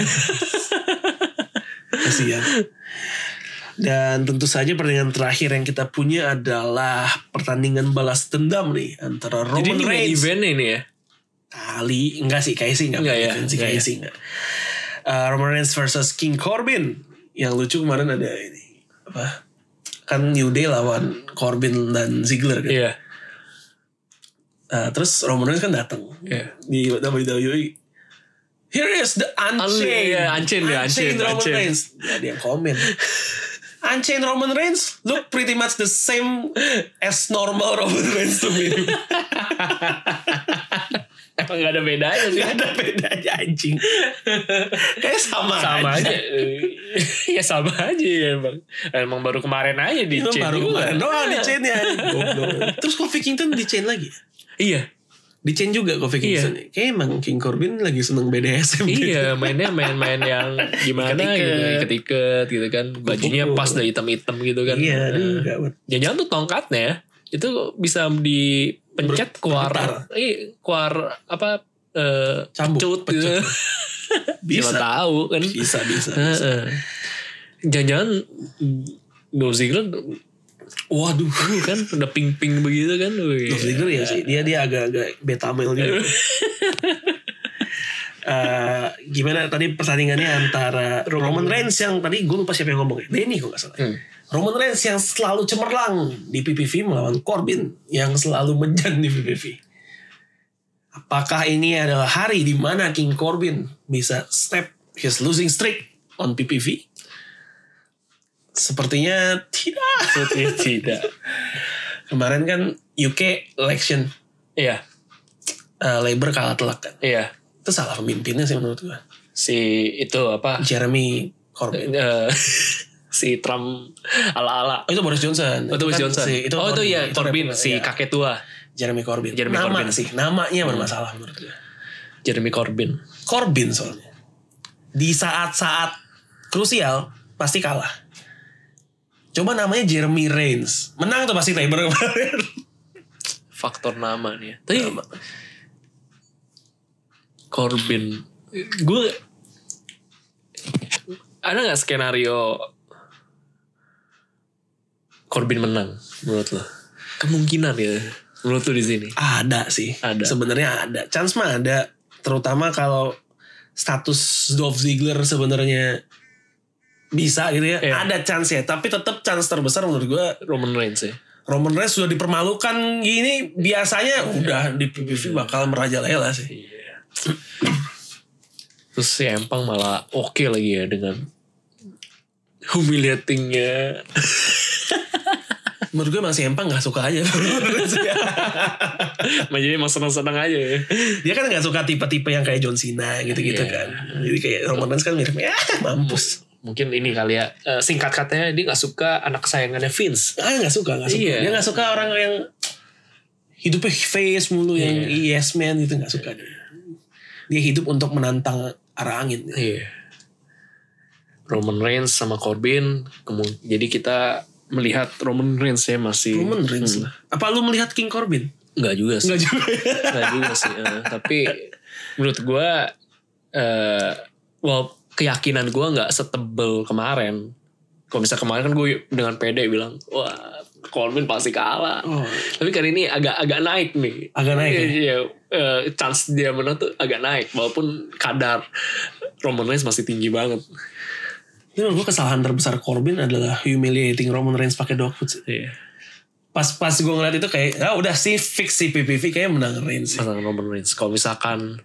A: Kasian. Dan tentu saja pertandingan terakhir yang kita punya adalah pertandingan balas dendam nih antara Roman Reigns.
B: Jadi ini event ini ya.
A: kali. Enggak sih, kayak sih
B: Enggak ya?
A: Kayak sih enggak. Roman Reigns versus King Corbin. Yang lucu kemarin ada ini apa? Kan New Day lawan Corbin dan Ziggler kan.
B: Iya.
A: Terus Roman Reigns kan datang di WWE. Here is the Unchained Roman Reigns. Dia yang komen. Unchained Roman Reigns look pretty much the same as normal Roman Reigns to me.
B: Emang gak ada bedanya sih.
A: Gak ada bedanya anjing. Kayak sama aja.
B: Ya sama aja ya emang. Emang baru kemarin aja di chain.
A: Baru kemarin doang di chain ya. Terus Kofi Kingston di chain lagi.
B: Iya.
A: Di chain juga Kofi Kingston. Kayak emang King Corbin lagi seneng BDSM.
B: Iya, mainnya main yang gimana gitu, iket-iket gitu kan. Bajunya pas dah hitam-hitam gitu kan.
A: Iya,
B: jangan tuh tongkatnya itu bisa dipencet keluar apa
A: cambuk
B: gitu. Bisa tahu kan.
A: Bisa.
B: Jangan Dolph Ziggler. Waduh kan udah pink begitu kan.
A: Dolph Ziggler ya sih. Dia agak-agak beta male gitu. Gimana tadi pertandingannya antara Roman Reigns yang tadi gue lupa siapa yang ngomong ya. Denny kok gak salah. Roman Reigns yang selalu cemerlang di PPV melawan Corbin yang selalu menjan di PPV. Apakah ini adalah hari di mana King Corbin bisa step his losing streak on PPV? Sepertinya tidak. Kemarin kan UK election.
B: Iya.
A: Labour kalah telak kan.
B: Iya.
A: Itu salah pemimpinnya sih menurut gue.
B: Si itu apa?
A: Jeremy Corbyn.
B: Si Trump ala-ala.
A: Oh itu Boris Johnson.
B: Itu Boris Johnson.
A: Itu
B: iya Corbyn si kakek tua.
A: Jeremy Corbyn. Nama sih, namanya bermasalah menurut gue.
B: Jeremy Corbyn.
A: Corbyn soalnya. Di saat-saat krusial pasti kalah. Coba namanya Jeremy Reigns. Menang tuh pasti Labour kemarin.
B: Faktor nama nih. Tapi Corbyn, gue ada nggak skenario Corbyn menang menurut lo? Kemungkinan ya menurut lo di sini?
A: Ada sih. Sebenarnya ada. Chance mah ada. Terutama kalau status Dolph Ziggler sebenarnya bisa gitu ya. Ada chance ya. Tapi tetap chance terbesar menurut gue
B: Roman Reigns ya.
A: Roman Reigns sudah dipermalukan gini biasanya udah di PPV bakal merajalela sih.
B: Terus si Empang malah oke lagi ya dengan humiliatingnya.
A: Menurut gue masih Empang gak suka aja.
B: Jadi emang senang-senang aja ya.
A: Dia kan gak suka tipe-tipe yang kayak John Cena gitu-gitu kan. Jadi kayak Roman Reigns kan mirip mampus.
B: Mungkin ini kali ya, singkat katanya dia gak suka anak kesayangannya Vince.
A: Gak suka. Dia gak suka orang yang hidupnya face mulu yang yes man gitu, gak suka dia. Dia hidup untuk menantang arah angin.
B: Iya. Roman Reigns sama Corbin. Jadi kita melihat Roman Reigns ya masih.
A: Roman Reigns lah. Apa lu melihat King Corbin?
B: Enggak juga sih. Enggak juga sih. Tapi menurut gue, keyakinan gue nggak setebel kemarin. Kalau misalnya kemarin kan gue dengan pede bilang, wah Corbin pasti kalah. Tapi kali ini agak naik nih.
A: Agak naik
B: ya? Chance dia menang tuh agak naik. Walaupun kadar Roman Reigns masih tinggi banget.
A: Ini menurut gue kesalahan terbesar Corbin adalah humiliating Roman Reigns pakai dog food.
B: Iya.
A: Pas gue ngeliat itu kayak, udah sih fix si PPV kayaknya menang Reigns.
B: Menang Roman Reigns. Kalau misalkan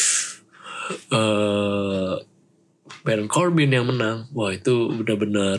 B: Baron Corbin yang menang, wah itu benar-benar.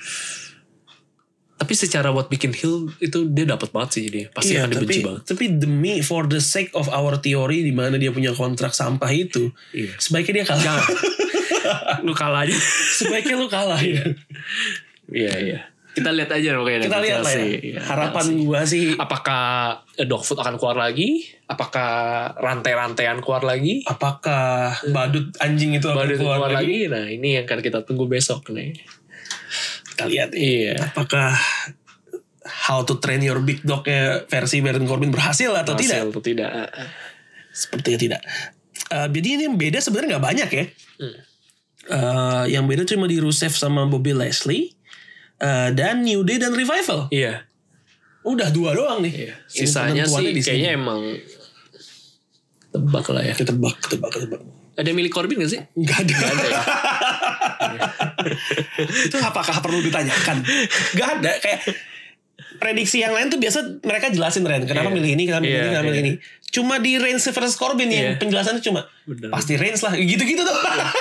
B: Tapi secara buat bikin heel itu dia dapat banget sih dia. Pasti akan dibenci banget.
A: Tapi demi for the sake of our theory di mana dia punya kontrak sampah itu, sebaiknya dia kalah.
B: Jangan. Lu kalah aja.
A: Sebaiknya lu kalah ya.
B: Iya. Kita lihat aja pokoknya.
A: Kita lihat lah ya. Harapan gua sih.
B: Apakah Dogfood akan keluar lagi? Apakah rantai-rantaian keluar lagi?
A: Apakah badut anjing itu akan keluar lagi?
B: Nah ini yang akan kita tunggu besok nih.
A: Kita lihat apakah How to Train Your Big Dog-nya versi Baron Corbin berhasil atau tidak? Sepertinya tidak. Jadi ini yang beda sebenarnya gak banyak ya. Yang beda cuma di Rusev sama Bobby Lashley. Dan New Day dan Revival.
B: Iya.
A: Udah 2 doang nih.
B: Sisanya sih kayaknya emang Tebak lah ya.
A: Ketebak.
B: Ada yang milih Corbin gak sih?
A: Gak ada.
B: Gak ada ya?
A: Itu apakah perlu ditanyakan? Gak ada. Kayak prediksi yang lain tuh biasa mereka jelasin Ren. Kenapa milih ini, kenapa milih ini. Cuma di Reigns versus Corbin yang penjelasannya cuma pasti Reigns lah. Gitu-gitu tuh.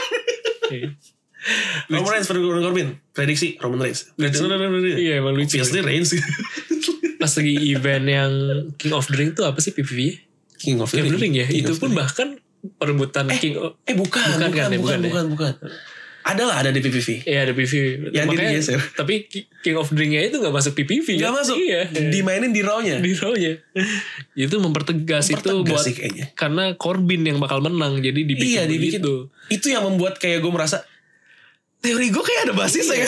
A: Roman Reigns versus Corbin. Prediksi Roman Reigns.
B: Iya emang lucu.
A: Obviously Reigns.
B: Pas lagi event yang King of the Ring tuh apa sih PPV?
A: King of the
B: Ring ya. Itu pun bahkan perebutan King of...
A: bukan. Ada di PPV.
B: Iya ada PPV.
A: Yang digeser.
B: Tapi King of the Ring-nya itu gak masuk PPV.
A: Gak masuk.
B: Iya.
A: Dimainin di Raw-nya.
B: Itu mempertegas itu buat
A: sih kayaknya.
B: Karena Corbin yang bakal menang. Jadi dibikin begitu.
A: Itu yang membuat kayak gue merasa teori gue kayak ada basisnya.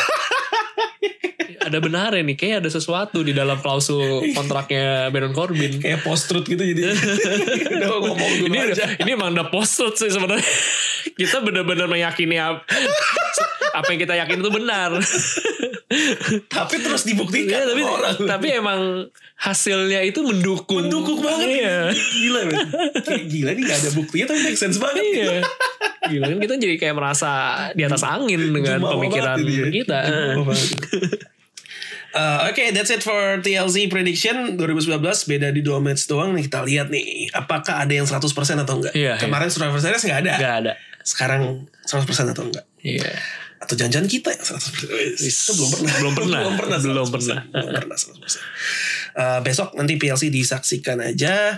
B: Ada benarnya nih, kayak ada sesuatu di dalam klausul kontraknya Baron Corbin.
A: Kayak post-truth gitu jadi. Udah ngomong dulu aja.
B: Ini emang udah post-truth sih sebenarnya. Kita benar-benar meyakini apa yang kita yakin itu benar.
A: Tapi terus dibuktikan
B: tapi emang hasilnya itu mendukung
A: banget.
B: Iya.
A: Gila men. Kayak gila nih gak ada buktinya tapi make sense banget.
B: Iya. Gila kan kita jadi kayak merasa di atas angin dengan pemikiran kita.
A: Oke, that's it for TLC prediction 2019. Beda di 2 match doang nih. Kita lihat nih apakah ada yang 100% atau enggak. Kemarin 100% gak ada.
B: Gak ada.
A: Sekarang 100% atau enggak.
B: Iya.
A: Atau jangan-jangan kita yang 100%. Itu belum pernah 100%. Besok nanti PLC disaksikan aja.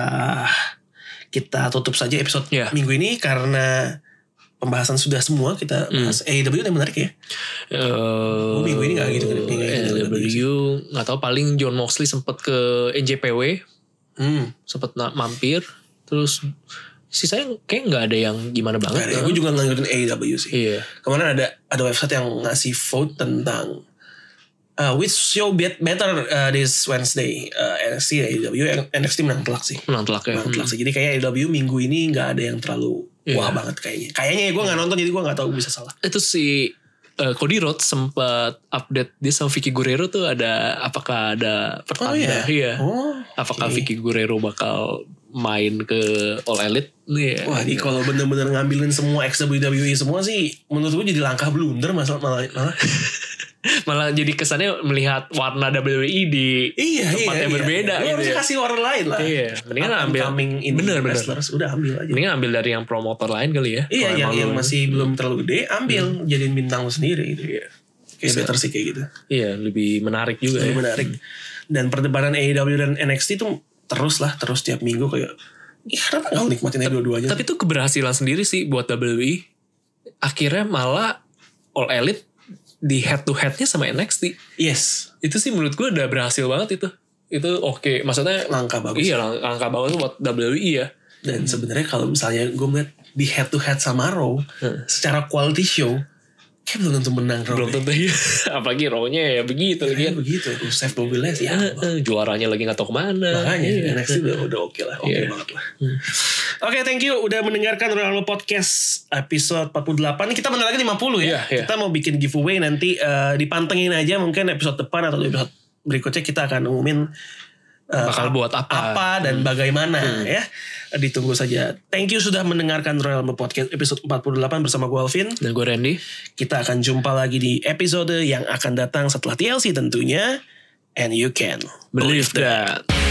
A: Kita tutup saja episode minggu ini karena pembahasan sudah semua. Kita bahas AEW yang menarik ya. Minggu ini gak gitu kan.
B: AEW gak tahu, paling Jon Moxley sempet ke NJPW. Sempet mampir. Terus sisanya kayak gak ada yang gimana banget.
A: Gue juga gak ngikutin AEW sih.
B: Iya.
A: Kemarin ada website yang ngasih vote tentang which show better this Wednesday, NXT AEW. NXT menang telak sih. Jadi kayak AEW minggu ini gak ada yang terlalu wah banget kayaknya gue gak nonton, jadi gue gak tahu, bisa salah.
B: Itu si Cody Rhodes sempat update dia sama Vicky Guerrero tuh apakah ada pertanda. Apakah Vicky Guerrero bakal main ke All Elite nih.
A: Wah, ini kalau bener-bener ngambilin semua ex WWE semua sih menurut gue jadi langkah blunder
B: malah jadi kesannya melihat warna WWE di tempat yang berbeda
A: gitu. Harus kasih warna lain lah.
B: Iya, mendingan ambil bener.
A: Udah ambil aja.
B: Mendingan ambil dari yang promotor lain kali ya.
A: Iya, yang masih belum terlalu gede, ambil jadiin bintang lu sendiri gitu. Iya. Kayak better sih kayak gitu.
B: Iya, lebih menarik juga.
A: Lebih menarik. Dan perdebatan AEW dan NXT tuh terus tiap minggu kayak kenapa gak nikmatin dua-duanya.
B: Tapi itu keberhasilan sendiri sih buat WWE. Akhirnya malah All Elite di head to headnya sama NXT.
A: Yes.
B: Itu sih menurut gue udah berhasil banget itu. Itu oke. Maksudnya
A: langkah bagus.
B: Iya, langkah bagus buat WWE ya.
A: Dan sebenarnya kalau misalnya gue ngeliat di head to head sama Raw, secara quality show kayak belum tentu menang Raw.
B: Belum tentu ya. Apalagi Raw-nya ya begitu lagi kan.
A: Begitu. Save mobilnya sih.
B: Juaranya lagi gak tahu kemana.
A: Makanya NXT udah oke lah. Oke banget lah. Oke, thank you udah mendengarkan Royal Rumble Podcast episode 48. Ini kita bentar lagi 50 ya. Kita mau bikin giveaway nanti, dipantengin aja mungkin episode depan atau episode berikutnya kita akan umumin
B: bakal buat apa
A: dan bagaimana ya. Ditunggu saja. Thank you sudah mendengarkan Royal Rumble Podcast episode 48 bersama gue Alvin
B: dan gue Randy.
A: Kita akan jumpa lagi di episode yang akan datang setelah TLC tentunya. And you can
B: believe that.